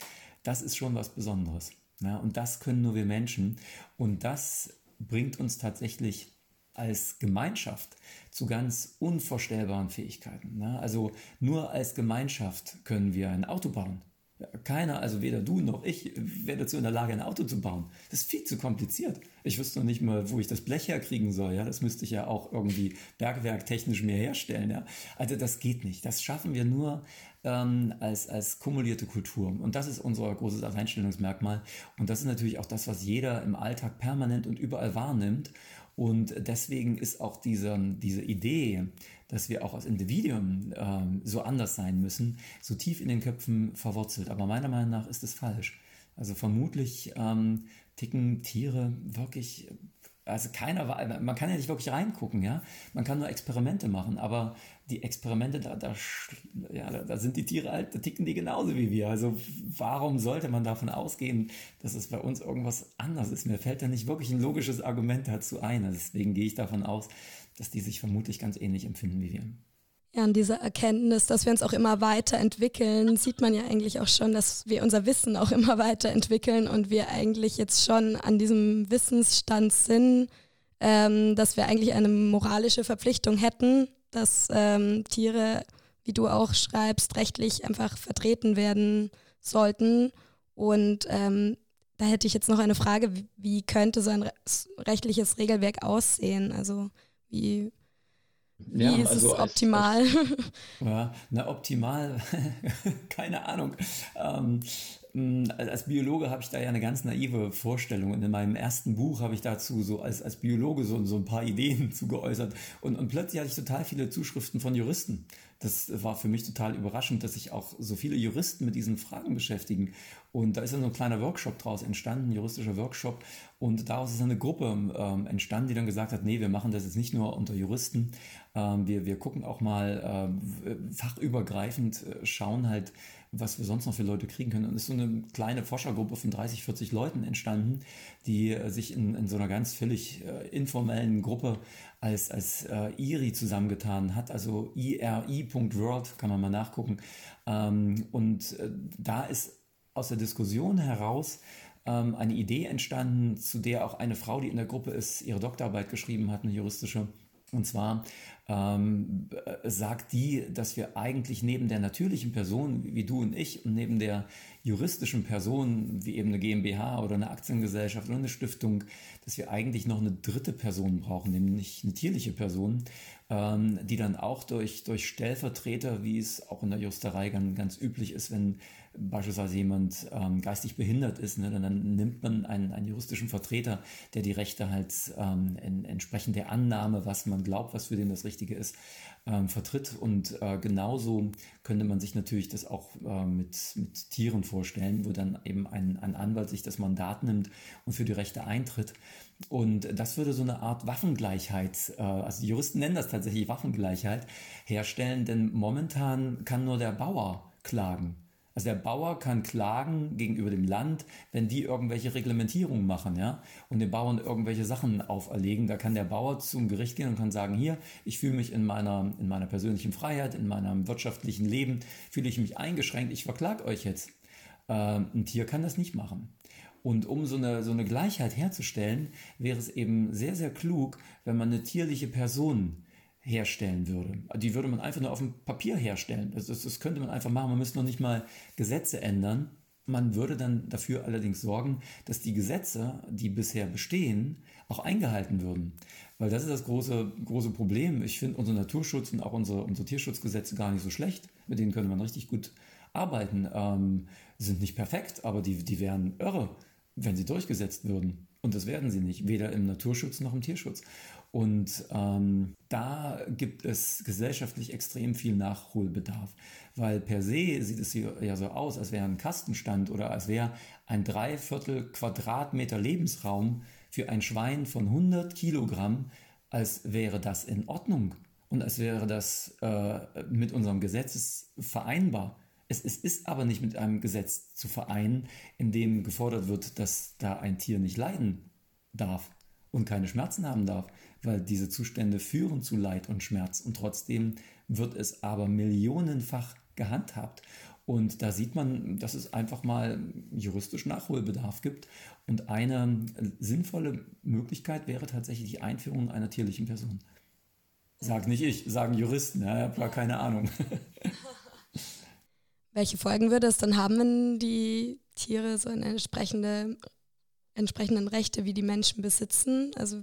das ist schon was Besonderes. Ja, und das können nur wir Menschen. Und das bringt uns tatsächlich als Gemeinschaft zu ganz unvorstellbaren Fähigkeiten. Ja, also nur als Gemeinschaft können wir ein Auto bauen. Ja, keiner, also weder du noch ich, wäre dazu in der Lage, ein Auto zu bauen. Das ist viel zu kompliziert. Ich wüsste noch nicht mal, wo ich das Blech herkriegen soll. Ja? Das müsste ich ja auch irgendwie bergwerktechnisch mir herstellen. Ja? Also das geht nicht. Das schaffen wir nur ähm, als, als kumulierte Kultur. Und das ist unser großes Alleinstellungsmerkmal. Und das ist natürlich auch das, was jeder im Alltag permanent und überall wahrnimmt. Und deswegen ist auch diese, diese Idee, dass wir auch als Individuum ähm, so anders sein müssen, so tief in den Köpfen verwurzelt. Aber meiner Meinung nach ist es falsch. Also vermutlich ähm, ticken Tiere wirklich, also keiner, man kann ja nicht wirklich reingucken, ja. Man kann nur Experimente machen, aber die Experimente, da, da, ja, da sind die Tiere halt, da ticken die genauso wie wir. Also warum sollte man davon ausgehen, dass es bei uns irgendwas anders ist? Mir fällt da nicht wirklich ein logisches Argument dazu ein. Also deswegen gehe ich davon aus, dass die sich vermutlich ganz ähnlich empfinden wie wir. Ja, an dieser Erkenntnis, dass wir uns auch immer weiterentwickeln, sieht man ja eigentlich auch schon, dass wir unser Wissen auch immer weiterentwickeln und wir eigentlich jetzt schon an diesem Wissensstand sind, ähm, dass wir eigentlich eine moralische Verpflichtung hätten, dass ähm, Tiere, wie du auch schreibst, rechtlich einfach vertreten werden sollten. Und ähm, da hätte ich jetzt noch eine Frage, wie, wie könnte so ein re- rechtliches Regelwerk aussehen? Also wie... Wie Ja, ist also es als, optimal? als, Ja, na optimal, keine Ahnung. Ähm, mh, als Biologe habe ich da ja eine ganz naive Vorstellung. Und in meinem ersten Buch habe ich dazu so als, als Biologe so, so ein paar Ideen zugeäußert. Und, und plötzlich hatte ich total viele Zuschriften von Juristen. Das war für mich total überraschend, dass sich auch so viele Juristen mit diesen Fragen beschäftigen. Und da ist dann so ein kleiner Workshop draus entstanden, ein juristischer Workshop. Und daraus ist eine Gruppe ähm, entstanden, die dann gesagt hat, nee, wir machen das jetzt nicht nur unter Juristen. Ähm, wir, wir gucken auch mal äh, fachübergreifend, äh, schauen halt, was wir sonst noch für Leute kriegen können. Und es ist so eine kleine Forschergruppe von dreißig, vierzig Leuten entstanden, die äh, sich in, in so einer ganz völlig äh, informellen Gruppe als, als äh, I R I zusammengetan hat, also I R I Punkt World, kann man mal nachgucken. Ähm, und äh, da ist aus der Diskussion heraus ähm, eine Idee entstanden, zu der auch eine Frau, die in der Gruppe ist, ihre Doktorarbeit geschrieben hat, eine juristische. Und zwar ähm, sagt die, dass wir eigentlich neben der natürlichen Person, wie du und ich, und neben der juristischen Person, wie eben eine GmbH oder eine Aktiengesellschaft oder eine Stiftung, dass wir eigentlich noch eine dritte Person brauchen, nämlich eine tierliche Person, ähm, die dann auch durch, durch Stellvertreter, wie es auch in der Juristerei ganz, ganz üblich ist, wenn beispielsweise jemand ähm, geistig behindert ist, ne, dann, dann nimmt man einen, einen juristischen Vertreter, der die Rechte halt ähm, in, entsprechend der Annahme, was man glaubt, was für den das Richtige ist, ähm, vertritt. Und äh, genauso könnte man sich natürlich das auch äh, mit, mit Tieren vorstellen, wo dann eben ein, ein Anwalt sich das Mandat nimmt und für die Rechte eintritt. Und das würde so eine Art Waffengleichheit, äh, also die Juristen nennen das tatsächlich Waffengleichheit, herstellen, denn momentan kann nur der Bauer klagen. Also der Bauer kann klagen gegenüber dem Land, wenn die irgendwelche Reglementierungen machen, ja, und den Bauern irgendwelche Sachen auferlegen. Da kann der Bauer zum Gericht gehen und kann sagen, hier, ich fühle mich in meiner, in meiner persönlichen Freiheit, in meinem wirtschaftlichen Leben, fühle ich mich eingeschränkt, ich verklage euch jetzt. Ähm, ein Tier kann das nicht machen. Und um so eine, so eine Gleichheit herzustellen, wäre es eben sehr, sehr klug, wenn man eine tierliche Person herstellen würde. Die würde man einfach nur auf dem Papier herstellen. Das, das, das könnte man einfach machen. Man müsste noch nicht mal Gesetze ändern. Man würde dann dafür allerdings sorgen, dass die Gesetze, die bisher bestehen, auch eingehalten würden. Weil das ist das große, große Problem. Ich finde unser Naturschutz und auch unsere, unsere Tierschutzgesetze gar nicht so schlecht. Mit denen könnte man richtig gut arbeiten. Ähm, sind nicht perfekt, aber die, die wären irre, wenn sie durchgesetzt würden. Und das werden sie nicht, weder im Naturschutz noch im Tierschutz. Und ähm, da gibt es gesellschaftlich extrem viel Nachholbedarf, weil per se sieht es ja so aus, als wäre ein Kastenstand oder als wäre ein Dreiviertel Quadratmeter Lebensraum für ein Schwein von hundert Kilogramm, als wäre das in Ordnung und als wäre das äh, mit unserem Gesetz vereinbar. Es, es ist aber nicht mit einem Gesetz zu vereinen, in dem gefordert wird, dass da ein Tier nicht leiden darf und keine Schmerzen haben darf, weil diese Zustände führen zu Leid und Schmerz und trotzdem wird es aber millionenfach gehandhabt. Und da sieht man, dass es einfach mal juristisch Nachholbedarf gibt. Und eine sinnvolle Möglichkeit wäre tatsächlich die Einführung einer tierlichen Person. Sag nicht ich, sagen Juristen, ja, ich habe keine Ahnung. Welche Folgen würde es dann haben, wenn die Tiere so eine entsprechende, entsprechenden Rechte wie die Menschen besitzen? Also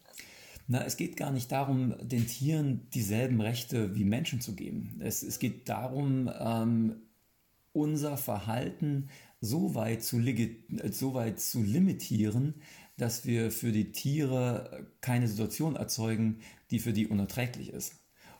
Na, es geht gar nicht darum, den Tieren dieselben Rechte wie Menschen zu geben. Es, es geht darum, ähm, unser Verhalten so weit zu, legi- so weit zu limitieren, dass wir für die Tiere keine Situation erzeugen, die für die unerträglich ist.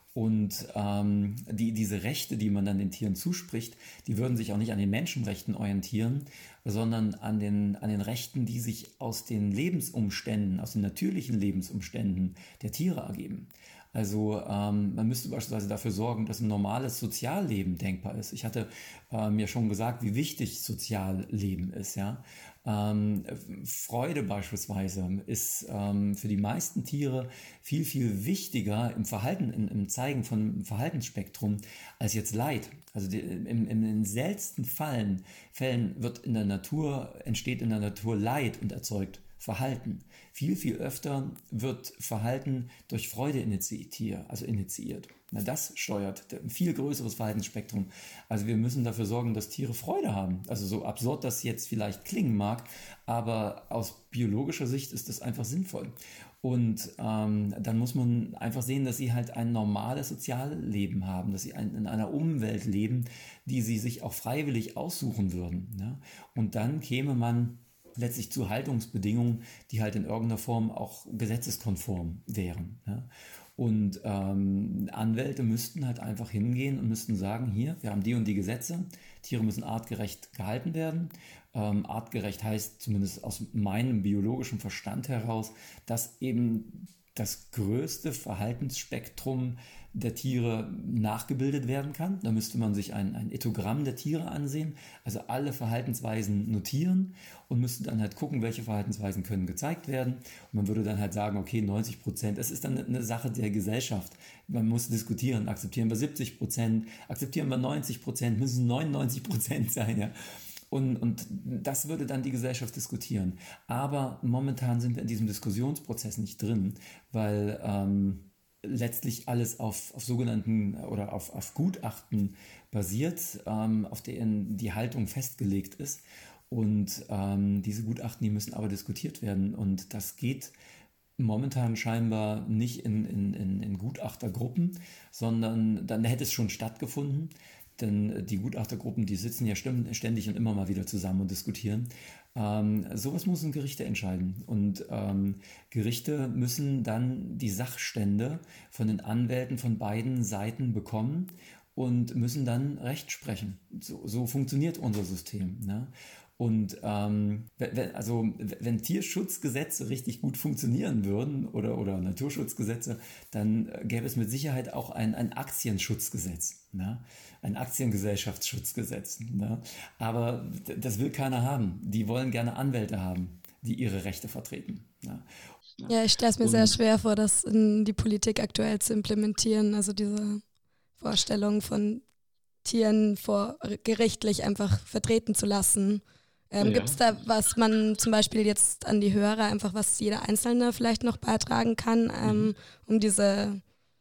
Und ähm, die, diese Rechte, die man dann den Tieren zuspricht, die würden sich auch nicht an den Menschenrechten orientieren, sondern an den, an den Rechten, die sich aus den Lebensumständen, aus den natürlichen Lebensumständen der Tiere ergeben. Also ähm, man müsste beispielsweise dafür sorgen, dass ein normales Sozialleben denkbar ist. Ich hatte äh, mir schon gesagt, wie wichtig Sozialleben ist. Ja? Ähm, Freude beispielsweise ist ähm, für die meisten Tiere viel, viel wichtiger im Verhalten, im, im Zeigen von Verhaltensspektrum als jetzt Leid. Also die, im, im, in den seltensten Fällen, Fällen wird in der Natur, entsteht in der Natur Leid und erzeugt Verhalten. Viel, viel öfter wird Verhalten durch Freude initiiert, also initiiert. Na, das steuert ein viel größeres Verhaltensspektrum. Also wir müssen dafür sorgen, dass Tiere Freude haben. Also so absurd das jetzt vielleicht klingen mag, aber aus biologischer Sicht ist das einfach sinnvoll. Und ähm, dann muss man einfach sehen, dass sie halt ein normales Sozialleben haben, dass sie ein, in einer Umwelt leben, die sie sich auch freiwillig aussuchen würden. Ne? Und dann käme man letztlich zu Haltungsbedingungen, die halt in irgendeiner Form auch gesetzeskonform wären. Ja. Und ähm, Anwälte müssten halt einfach hingehen und müssten sagen, hier, wir haben die und die Gesetze, Tiere müssen artgerecht gehalten werden. Ähm, artgerecht heißt zumindest aus meinem biologischen Verstand heraus, dass eben das größte Verhaltensspektrum der Tiere nachgebildet werden kann. Da müsste man sich ein, ein Ethogramm der Tiere ansehen, also alle Verhaltensweisen notieren und müsste dann halt gucken, welche Verhaltensweisen können gezeigt werden. Und man würde dann halt sagen, okay, neunzig Prozent, es ist dann eine Sache der Gesellschaft. Man muss diskutieren, akzeptieren wir siebzig Prozent, akzeptieren wir neunzig Prozent, müssen neunundneunzig Prozent sein, ja. Und, und das würde dann die Gesellschaft diskutieren. Aber momentan sind wir in diesem Diskussionsprozess nicht drin, weil ähm, letztlich alles auf, auf sogenannten oder auf, auf Gutachten basiert, ähm, auf denen die Haltung festgelegt ist. Und ähm, diese Gutachten, die müssen aber diskutiert werden. Und das geht momentan scheinbar nicht in, in, in, in Gutachtergruppen, sondern dann hätte es schon stattgefunden. Denn die Gutachtergruppen, die sitzen ja ständig und immer mal wieder zusammen und diskutieren. Ähm, sowas müssen Gerichte entscheiden. Und ähm, Gerichte müssen dann die Sachstände von den Anwälten von beiden Seiten bekommen und müssen dann Recht sprechen. So, so funktioniert unser System. Ne? Und ähm, wenn, also, wenn Tierschutzgesetze richtig gut funktionieren würden oder, oder Naturschutzgesetze, dann gäbe es mit Sicherheit auch ein, ein Aktienschutzgesetz, ne? Ein Aktiengesellschaftsschutzgesetz. Ne? Aber das will keiner haben. Die wollen gerne Anwälte haben, die ihre Rechte vertreten. Ne? Ja, ich stelle es mir Und, sehr schwer vor, das in die Politik aktuell zu implementieren. Also diese Vorstellung von Tieren vor gerichtlich einfach vertreten zu lassen. Ähm, Ja. Gibt es da, was man zum Beispiel jetzt an die Hörer, einfach was jeder Einzelne vielleicht noch beitragen kann, ähm, Mhm. um diese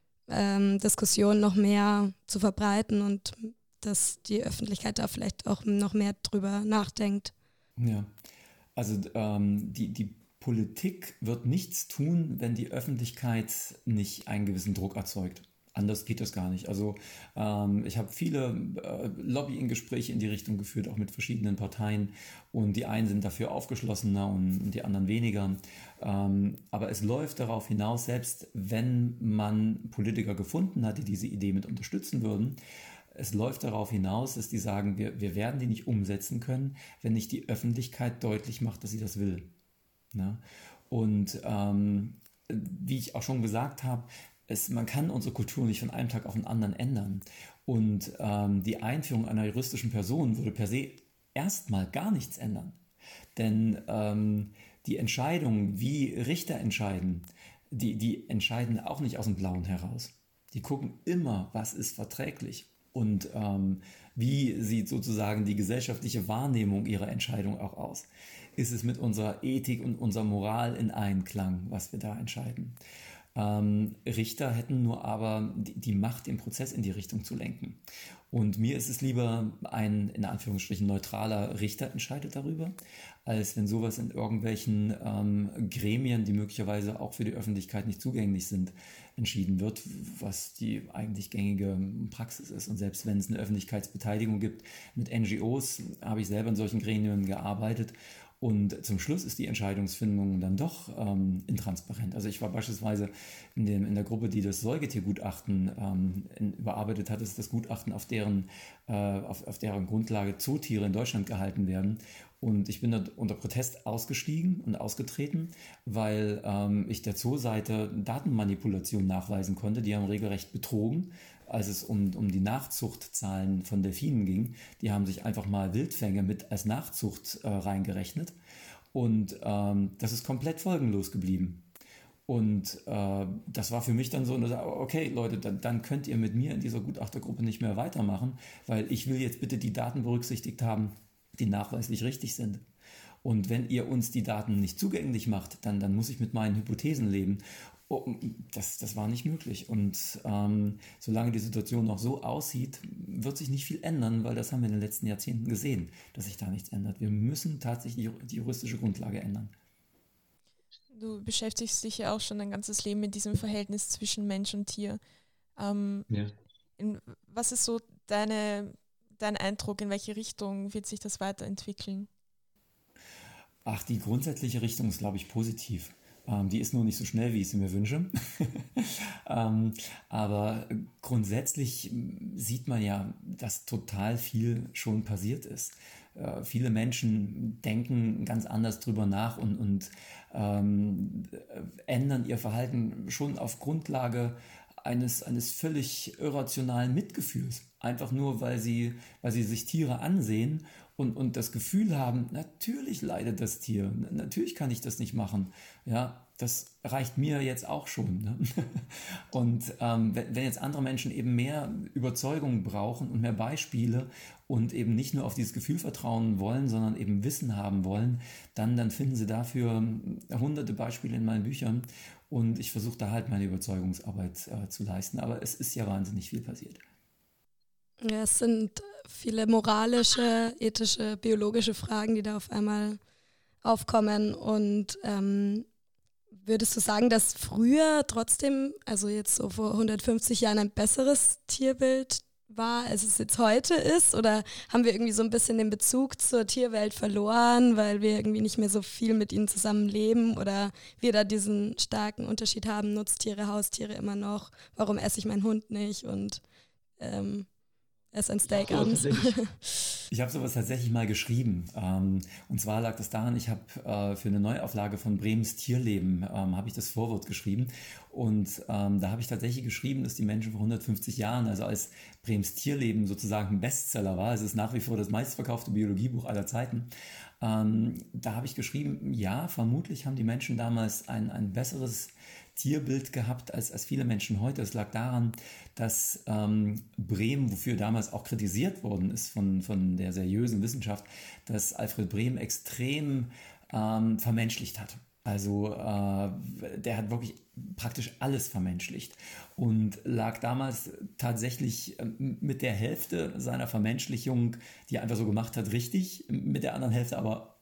ähm, Diskussion noch mehr zu verbreiten und dass die Öffentlichkeit da vielleicht auch noch mehr drüber nachdenkt? ja, also ähm, die, die Politik wird nichts tun, wenn die Öffentlichkeit nicht einen gewissen Druck erzeugt. anders geht das gar nicht. Also ähm, ich habe viele äh, Lobbying-Gespräche in die Richtung geführt, auch mit verschiedenen Parteien. Und die einen sind dafür aufgeschlossener und, und die anderen weniger. Ähm, aber es läuft darauf hinaus, selbst wenn man Politiker gefunden hat, die diese Idee mit unterstützen würden, es läuft darauf hinaus, dass die sagen, wir, wir werden die nicht umsetzen können, wenn nicht die Öffentlichkeit deutlich macht, dass sie das will. Ne? Und ähm, wie ich auch schon gesagt habe, es, man kann unsere Kultur nicht von einem Tag auf den anderen ändern. Und ähm, die Einführung einer juristischen Person würde per se erstmal gar nichts ändern. Denn ähm, die Entscheidung, wie Richter entscheiden, die, die entscheiden auch nicht aus dem Blauen heraus. Die gucken immer, was ist verträglich und ähm, wie sieht sozusagen die gesellschaftliche Wahrnehmung ihrer Entscheidung auch aus. Ist es mit unserer Ethik und unserer Moral in Einklang, was wir da entscheiden? Ähm, Richter hätten nur aber die, die Macht, den Prozess in die Richtung zu lenken. Und mir ist es lieber, ein in Anführungsstrichen neutraler Richter entscheidet darüber, als wenn sowas in irgendwelchen ähm, Gremien, die möglicherweise auch für die Öffentlichkeit nicht zugänglich sind, entschieden wird, was die eigentlich gängige Praxis ist. Und selbst wenn es eine Öffentlichkeitsbeteiligung gibt mit N G Os, habe ich selber in solchen Gremien gearbeitet. Und zum Schluss ist die Entscheidungsfindung dann doch ähm, intransparent. Also ich war beispielsweise in, dem, in der Gruppe, die das Säugetiergutachten ähm, in, überarbeitet hat, ist das Gutachten, auf deren, äh, auf, auf deren Grundlage Zootiere in Deutschland gehalten werden. Und ich bin da unter Protest ausgestiegen und ausgetreten, weil ähm, ich der Zoo-Seite Datenmanipulation nachweisen konnte. Die haben regelrecht betrogen, als es um, um die Nachzuchtzahlen von Delfinen ging. Die haben sich einfach mal Wildfänge mit als Nachzucht äh, reingerechnet. Und ähm, das ist komplett folgenlos geblieben. Und äh, das war für mich dann so, okay Leute, dann, dann könnt ihr mit mir in dieser Gutachtergruppe nicht mehr weitermachen, weil ich will jetzt bitte die Daten berücksichtigt haben, die nachweislich richtig sind. Und wenn ihr uns die Daten nicht zugänglich macht, dann, dann muss ich mit meinen Hypothesen leben. Oh, das, das war nicht möglich. Und ähm, solange die Situation noch so aussieht, wird sich nicht viel ändern, weil das haben wir in den letzten Jahrzehnten gesehen, dass sich da nichts ändert. Wir müssen tatsächlich die juristische Grundlage ändern. Du beschäftigst dich ja auch schon dein ganzes Leben mit diesem Verhältnis zwischen Mensch und Tier. Ähm, Ja. in, was ist so deine, dein Eindruck, in welche Richtung wird sich das weiterentwickeln? Ach, die grundsätzliche Richtung ist, glaube ich, positiv. Ähm, die ist nur nicht so schnell, wie ich sie mir wünsche. ähm, aber grundsätzlich sieht man ja, dass total viel schon passiert ist. Äh, viele Menschen denken ganz anders drüber nach und, und ähm, ändern ihr Verhalten schon auf Grundlage eines, eines völlig irrationalen Mitgefühls. Einfach nur, weil sie, weil sie sich Tiere ansehen und, und das Gefühl haben, natürlich leidet das Tier, natürlich kann ich das nicht machen. Ja, das reicht mir jetzt auch schon. Ne? Und ähm, wenn, wenn jetzt andere Menschen eben mehr Überzeugung brauchen und mehr Beispiele und eben nicht nur auf dieses Gefühl vertrauen wollen, sondern eben Wissen haben wollen, dann, dann finden sie dafür hunderte Beispiele in meinen Büchern. Und ich versuche da halt meine Überzeugungsarbeit äh, zu leisten. Aber es ist ja wahnsinnig viel passiert. Ja, es sind viele moralische, ethische, biologische Fragen, die da auf einmal aufkommen. Und ähm, würdest du sagen, dass früher trotzdem, also jetzt so vor hundertfünfzig Jahren, ein besseres Tierbild war, als es jetzt heute ist? Oder haben wir irgendwie so ein bisschen den Bezug zur Tierwelt verloren, weil wir irgendwie nicht mehr so viel mit ihnen zusammen leben oder wir da diesen starken Unterschied haben, Nutztiere, Haustiere immer noch, warum esse ich meinen Hund nicht und ähm, esse ein Steak abends? Ich habe sowas tatsächlich mal geschrieben. Ähm, und zwar lag das daran, ich habe äh, für eine Neuauflage von Brehms Tierleben ähm, habe ich das Vorwort geschrieben. Und ähm, da habe ich tatsächlich geschrieben, dass die Menschen vor hundertfünfzig Jahren, also als Brehms Tierleben sozusagen ein Bestseller war, es ist nach wie vor das meistverkaufte Biologiebuch aller Zeiten, ähm, da habe ich geschrieben, ja, vermutlich haben die Menschen damals ein, ein besseres Tierbild gehabt als, als viele Menschen heute. Es lag daran, dass ähm, Brehm, wofür damals auch kritisiert worden ist von, von der seriösen Wissenschaft, dass Alfred Brehm extrem ähm, vermenschlicht hat. Also äh, der hat wirklich praktisch alles vermenschlicht und lag damals tatsächlich äh, mit der Hälfte seiner Vermenschlichung, die er einfach so gemacht hat, richtig, mit der anderen Hälfte aber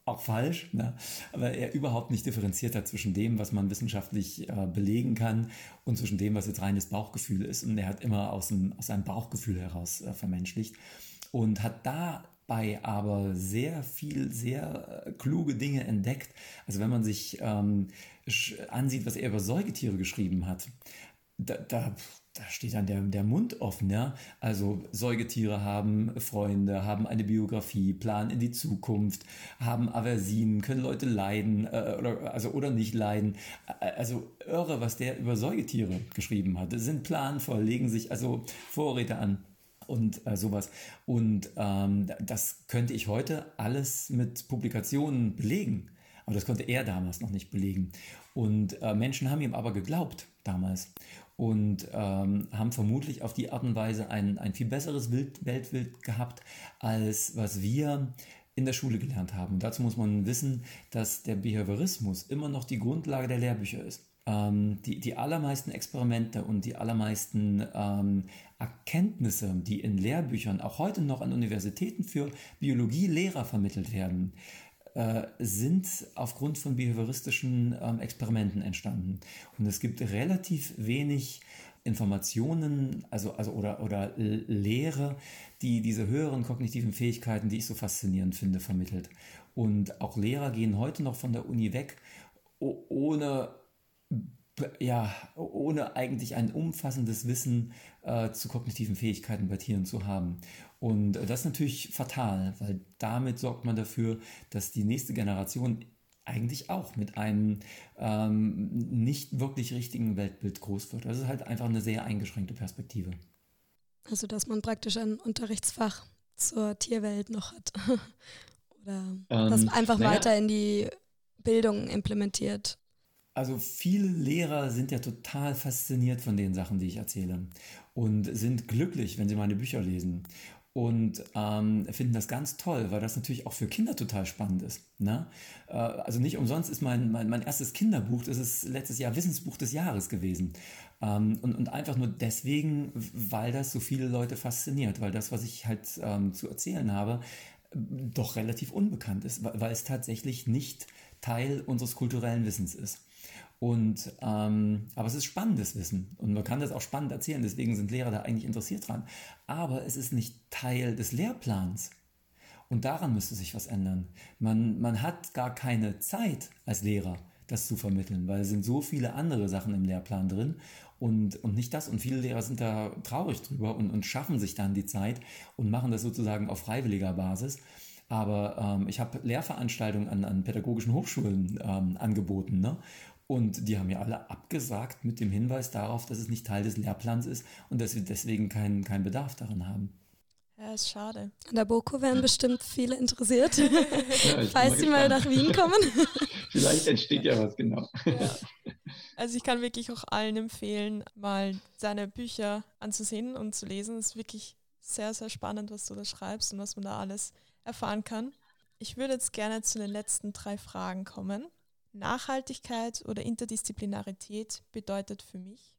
auch falsch, ne? Aber er überhaupt nicht differenziert hat zwischen dem, was man wissenschaftlich äh, belegen kann und zwischen dem, was jetzt reines Bauchgefühl ist. Und er hat immer aus, dem, aus seinem Bauchgefühl heraus äh, vermenschlicht und hat dabei aber sehr viel, sehr äh, kluge Dinge entdeckt. Also wenn man sich ähm, ansieht, was er über Säugetiere geschrieben hat, da, da Da steht dann der, der Mund offen, ja. Also Säugetiere haben Freunde, haben eine Biografie, planen in die Zukunft, haben Aversinen, können Leute leiden äh, oder, also, oder nicht leiden. Also irre, was der über Säugetiere geschrieben hat. Das sind planvoll, legen sich also Vorräte an und äh, sowas. Und ähm, das könnte ich heute alles mit Publikationen belegen. Aber das konnte er damals noch nicht belegen. Und äh, Menschen haben ihm aber geglaubt damals. Und ähm, haben vermutlich auf die Art und Weise ein, ein viel besseres Wild, Weltbild gehabt, als was wir in der Schule gelernt haben. Und dazu muss man wissen, dass der Behaviorismus immer noch die Grundlage der Lehrbücher ist. Ähm, die, die allermeisten Experimente und die allermeisten ähm, Erkenntnisse, die in Lehrbüchern auch heute noch an Universitäten für Biologielehrer vermittelt werden, äh, sind aufgrund von behavioristischen ähm, Experimenten entstanden. Und es gibt relativ wenig Informationen, also, also oder, oder Lehre, die diese höheren kognitiven Fähigkeiten, die ich so faszinierend finde, vermittelt. Und auch Lehrer gehen heute noch von der Uni weg, ohne, ja, ohne eigentlich ein umfassendes Wissen äh, zu kognitiven Fähigkeiten bei Tieren zu haben. Und das ist natürlich fatal, weil damit sorgt man dafür, dass die nächste Generation eigentlich auch mit einem ähm, nicht wirklich richtigen Weltbild groß wird. Das ist halt einfach eine sehr eingeschränkte Perspektive. Also, dass man praktisch ein Unterrichtsfach zur Tierwelt noch hat. Oder ähm, das einfach naja. weiter in die Bildung implementiert. Also viele Lehrer sind ja total fasziniert von den Sachen, die ich erzähle und sind glücklich, wenn sie meine Bücher lesen. Und ähm, finden das ganz toll, weil das natürlich auch für Kinder total spannend ist. Ne? Äh, also nicht umsonst ist mein, mein, mein erstes Kinderbuch, das ist letztes Jahr Wissensbuch des Jahres gewesen. Ähm, und, und einfach nur deswegen, weil das so viele Leute fasziniert, weil das, was ich halt ähm, zu erzählen habe, doch relativ unbekannt ist, weil, weil es tatsächlich nicht Teil unseres kulturellen Wissens ist. Und, ähm, aber es ist spannendes Wissen und man kann das auch spannend erzählen, deswegen sind Lehrer da eigentlich interessiert dran. Aber es ist nicht Teil des Lehrplans und daran müsste sich was ändern. Man, man hat gar keine Zeit als Lehrer, das zu vermitteln, weil es sind so viele andere Sachen im Lehrplan drin und, und nicht das. Und viele Lehrer sind da traurig drüber und, und schaffen sich dann die Zeit und machen das sozusagen auf freiwilliger Basis. Aber ähm, ich habe Lehrveranstaltungen an, an pädagogischen Hochschulen ähm, angeboten, ne? Und die haben ja alle abgesagt mit dem Hinweis darauf, dass es nicht Teil des Lehrplans ist und dass wir deswegen keinen keinen Bedarf daran haben. Ja, ist schade. An der BOKU wären bestimmt viele interessiert, ja, falls sie mal nach Wien kommen. Vielleicht entsteht ja was, genau. Ja. Also ich kann wirklich auch allen empfehlen, mal seine Bücher anzusehen und zu lesen. Es ist wirklich sehr, sehr spannend, was du da schreibst und was man da alles erfahren kann. Ich würde jetzt gerne zu den letzten drei Fragen kommen. Nachhaltigkeit oder Interdisziplinarität bedeutet für mich?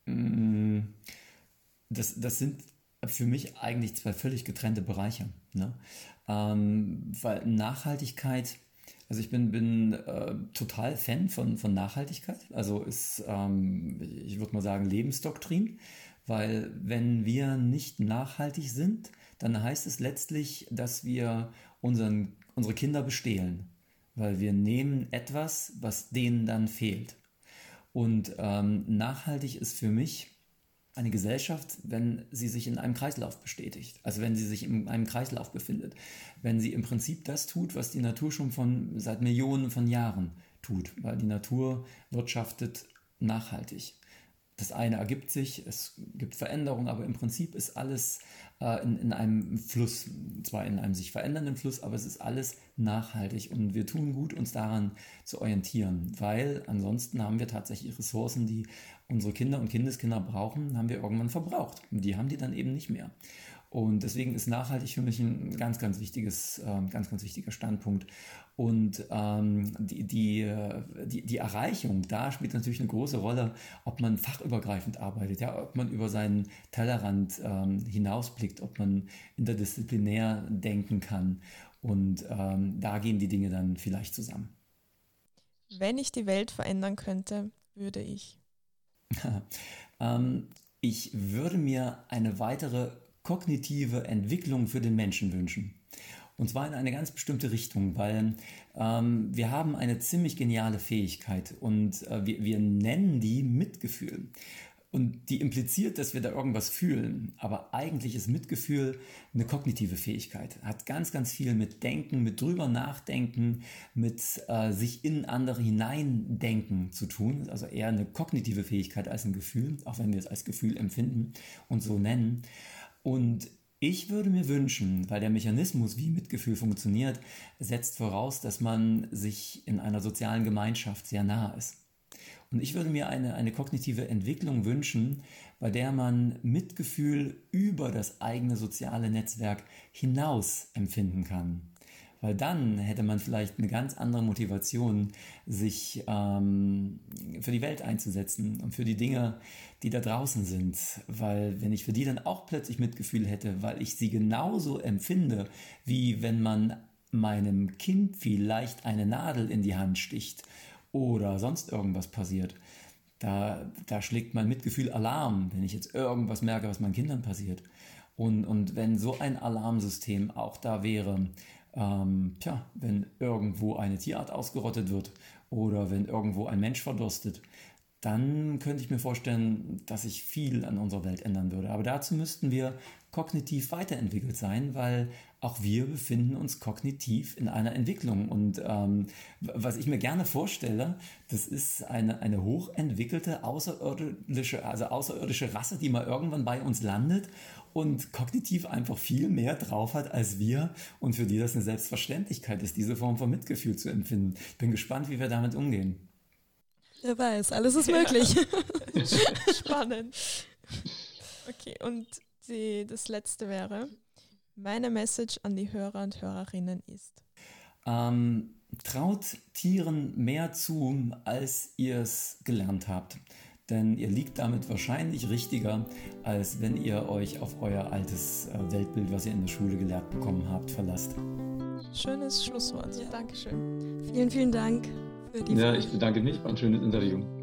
Das, das sind für mich eigentlich zwei völlig getrennte Bereiche. Ne? Ähm, weil Nachhaltigkeit, also ich bin, bin äh, total Fan von, von Nachhaltigkeit. Also ist, ähm, ich würde mal sagen, Lebensdoktrin. Weil wenn wir nicht nachhaltig sind, dann heißt es letztlich, dass wir unseren, unsere Kinder bestehlen. Weil wir nehmen etwas, was denen dann fehlt. Und ähm, nachhaltig ist für mich eine Gesellschaft, wenn sie sich in einem Kreislauf bestätigt. Also wenn sie sich in einem Kreislauf befindet. Wenn sie im Prinzip das tut, was die Natur schon von seit Millionen von Jahren tut. Weil die Natur wirtschaftet nachhaltig. Das eine ergibt sich, es gibt Veränderungen, aber im Prinzip ist alles äh, in, in einem Fluss, zwar in einem sich verändernden Fluss, aber es ist alles nachhaltig und wir tun gut, uns daran zu orientieren, weil ansonsten haben wir tatsächlich Ressourcen, die unsere Kinder und Kindeskinder brauchen, haben wir irgendwann verbraucht und die haben die dann eben nicht mehr. Und deswegen ist nachhaltig für mich ein ganz, ganz wichtiges, äh, ganz, ganz wichtiger Standpunkt. Und ähm, die, die, die, die Erreichung, da spielt natürlich eine große Rolle, ob man fachübergreifend arbeitet, ja, ob man über seinen Tellerrand ähm, hinausblickt, ob man interdisziplinär denken kann. Und ähm, da gehen die Dinge dann vielleicht zusammen. Wenn ich die Welt verändern könnte, würde ich. ähm, ich würde mir eine weitere kognitive Entwicklung für den Menschen wünschen. Und zwar in eine ganz bestimmte Richtung, weil ähm, wir haben eine ziemlich geniale Fähigkeit und äh, wir, wir nennen die Mitgefühl. Und die impliziert, dass wir da irgendwas fühlen. Aber eigentlich ist Mitgefühl eine kognitive Fähigkeit. Hat ganz, ganz viel mit Denken, mit drüber nachdenken, mit äh, sich in andere hineindenken zu tun. Also eher eine kognitive Fähigkeit als ein Gefühl, auch wenn wir es als Gefühl empfinden und so nennen. Und ich würde mir wünschen, weil der Mechanismus, wie Mitgefühl funktioniert, setzt voraus, dass man sich in einer sozialen Gemeinschaft sehr nah ist. Und ich würde mir eine, eine kognitive Entwicklung wünschen, bei der man Mitgefühl über das eigene soziale Netzwerk hinaus empfinden kann. Weil dann hätte man vielleicht eine ganz andere Motivation, sich ähm, für die Welt einzusetzen und für die Dinge, die da draußen sind. Weil wenn ich für die dann auch plötzlich Mitgefühl hätte, weil ich sie genauso empfinde, wie wenn man meinem Kind vielleicht eine Nadel in die Hand sticht oder sonst irgendwas passiert, da, da schlägt mein Mitgefühl Alarm, wenn ich jetzt irgendwas merke, was meinen Kindern passiert. Und, und wenn so ein Alarmsystem auch da wäre, ähm, tja, wenn irgendwo eine Tierart ausgerottet wird oder wenn irgendwo ein Mensch verdurstet, dann könnte ich mir vorstellen, dass sich viel an unserer Welt ändern würde. Aber dazu müssten wir kognitiv weiterentwickelt sein, weil auch wir befinden uns kognitiv in einer Entwicklung. Und ähm, was ich mir gerne vorstelle, das ist eine, eine hochentwickelte außerirdische, also außerirdische Rasse, die mal irgendwann bei uns landet und kognitiv einfach viel mehr drauf hat als wir und für die das eine Selbstverständlichkeit ist, diese Form von Mitgefühl zu empfinden. Ich bin gespannt, wie wir damit umgehen. Wer weiß, alles ist möglich. Ja. Spannend. Okay, und die, das letzte wäre, meine Message an die Hörer und Hörerinnen ist. Ähm, traut Tieren mehr zu, als ihr es gelernt habt. Denn ihr liegt damit wahrscheinlich richtiger, als wenn ihr euch auf euer altes äh, Weltbild, was ihr in der Schule gelehrt bekommen habt, verlasst. Schönes Schlusswort. Ja. Dankeschön. Vielen, vielen Dank für die Ja, Frage. ich bedanke mich. War ein schönes Interview.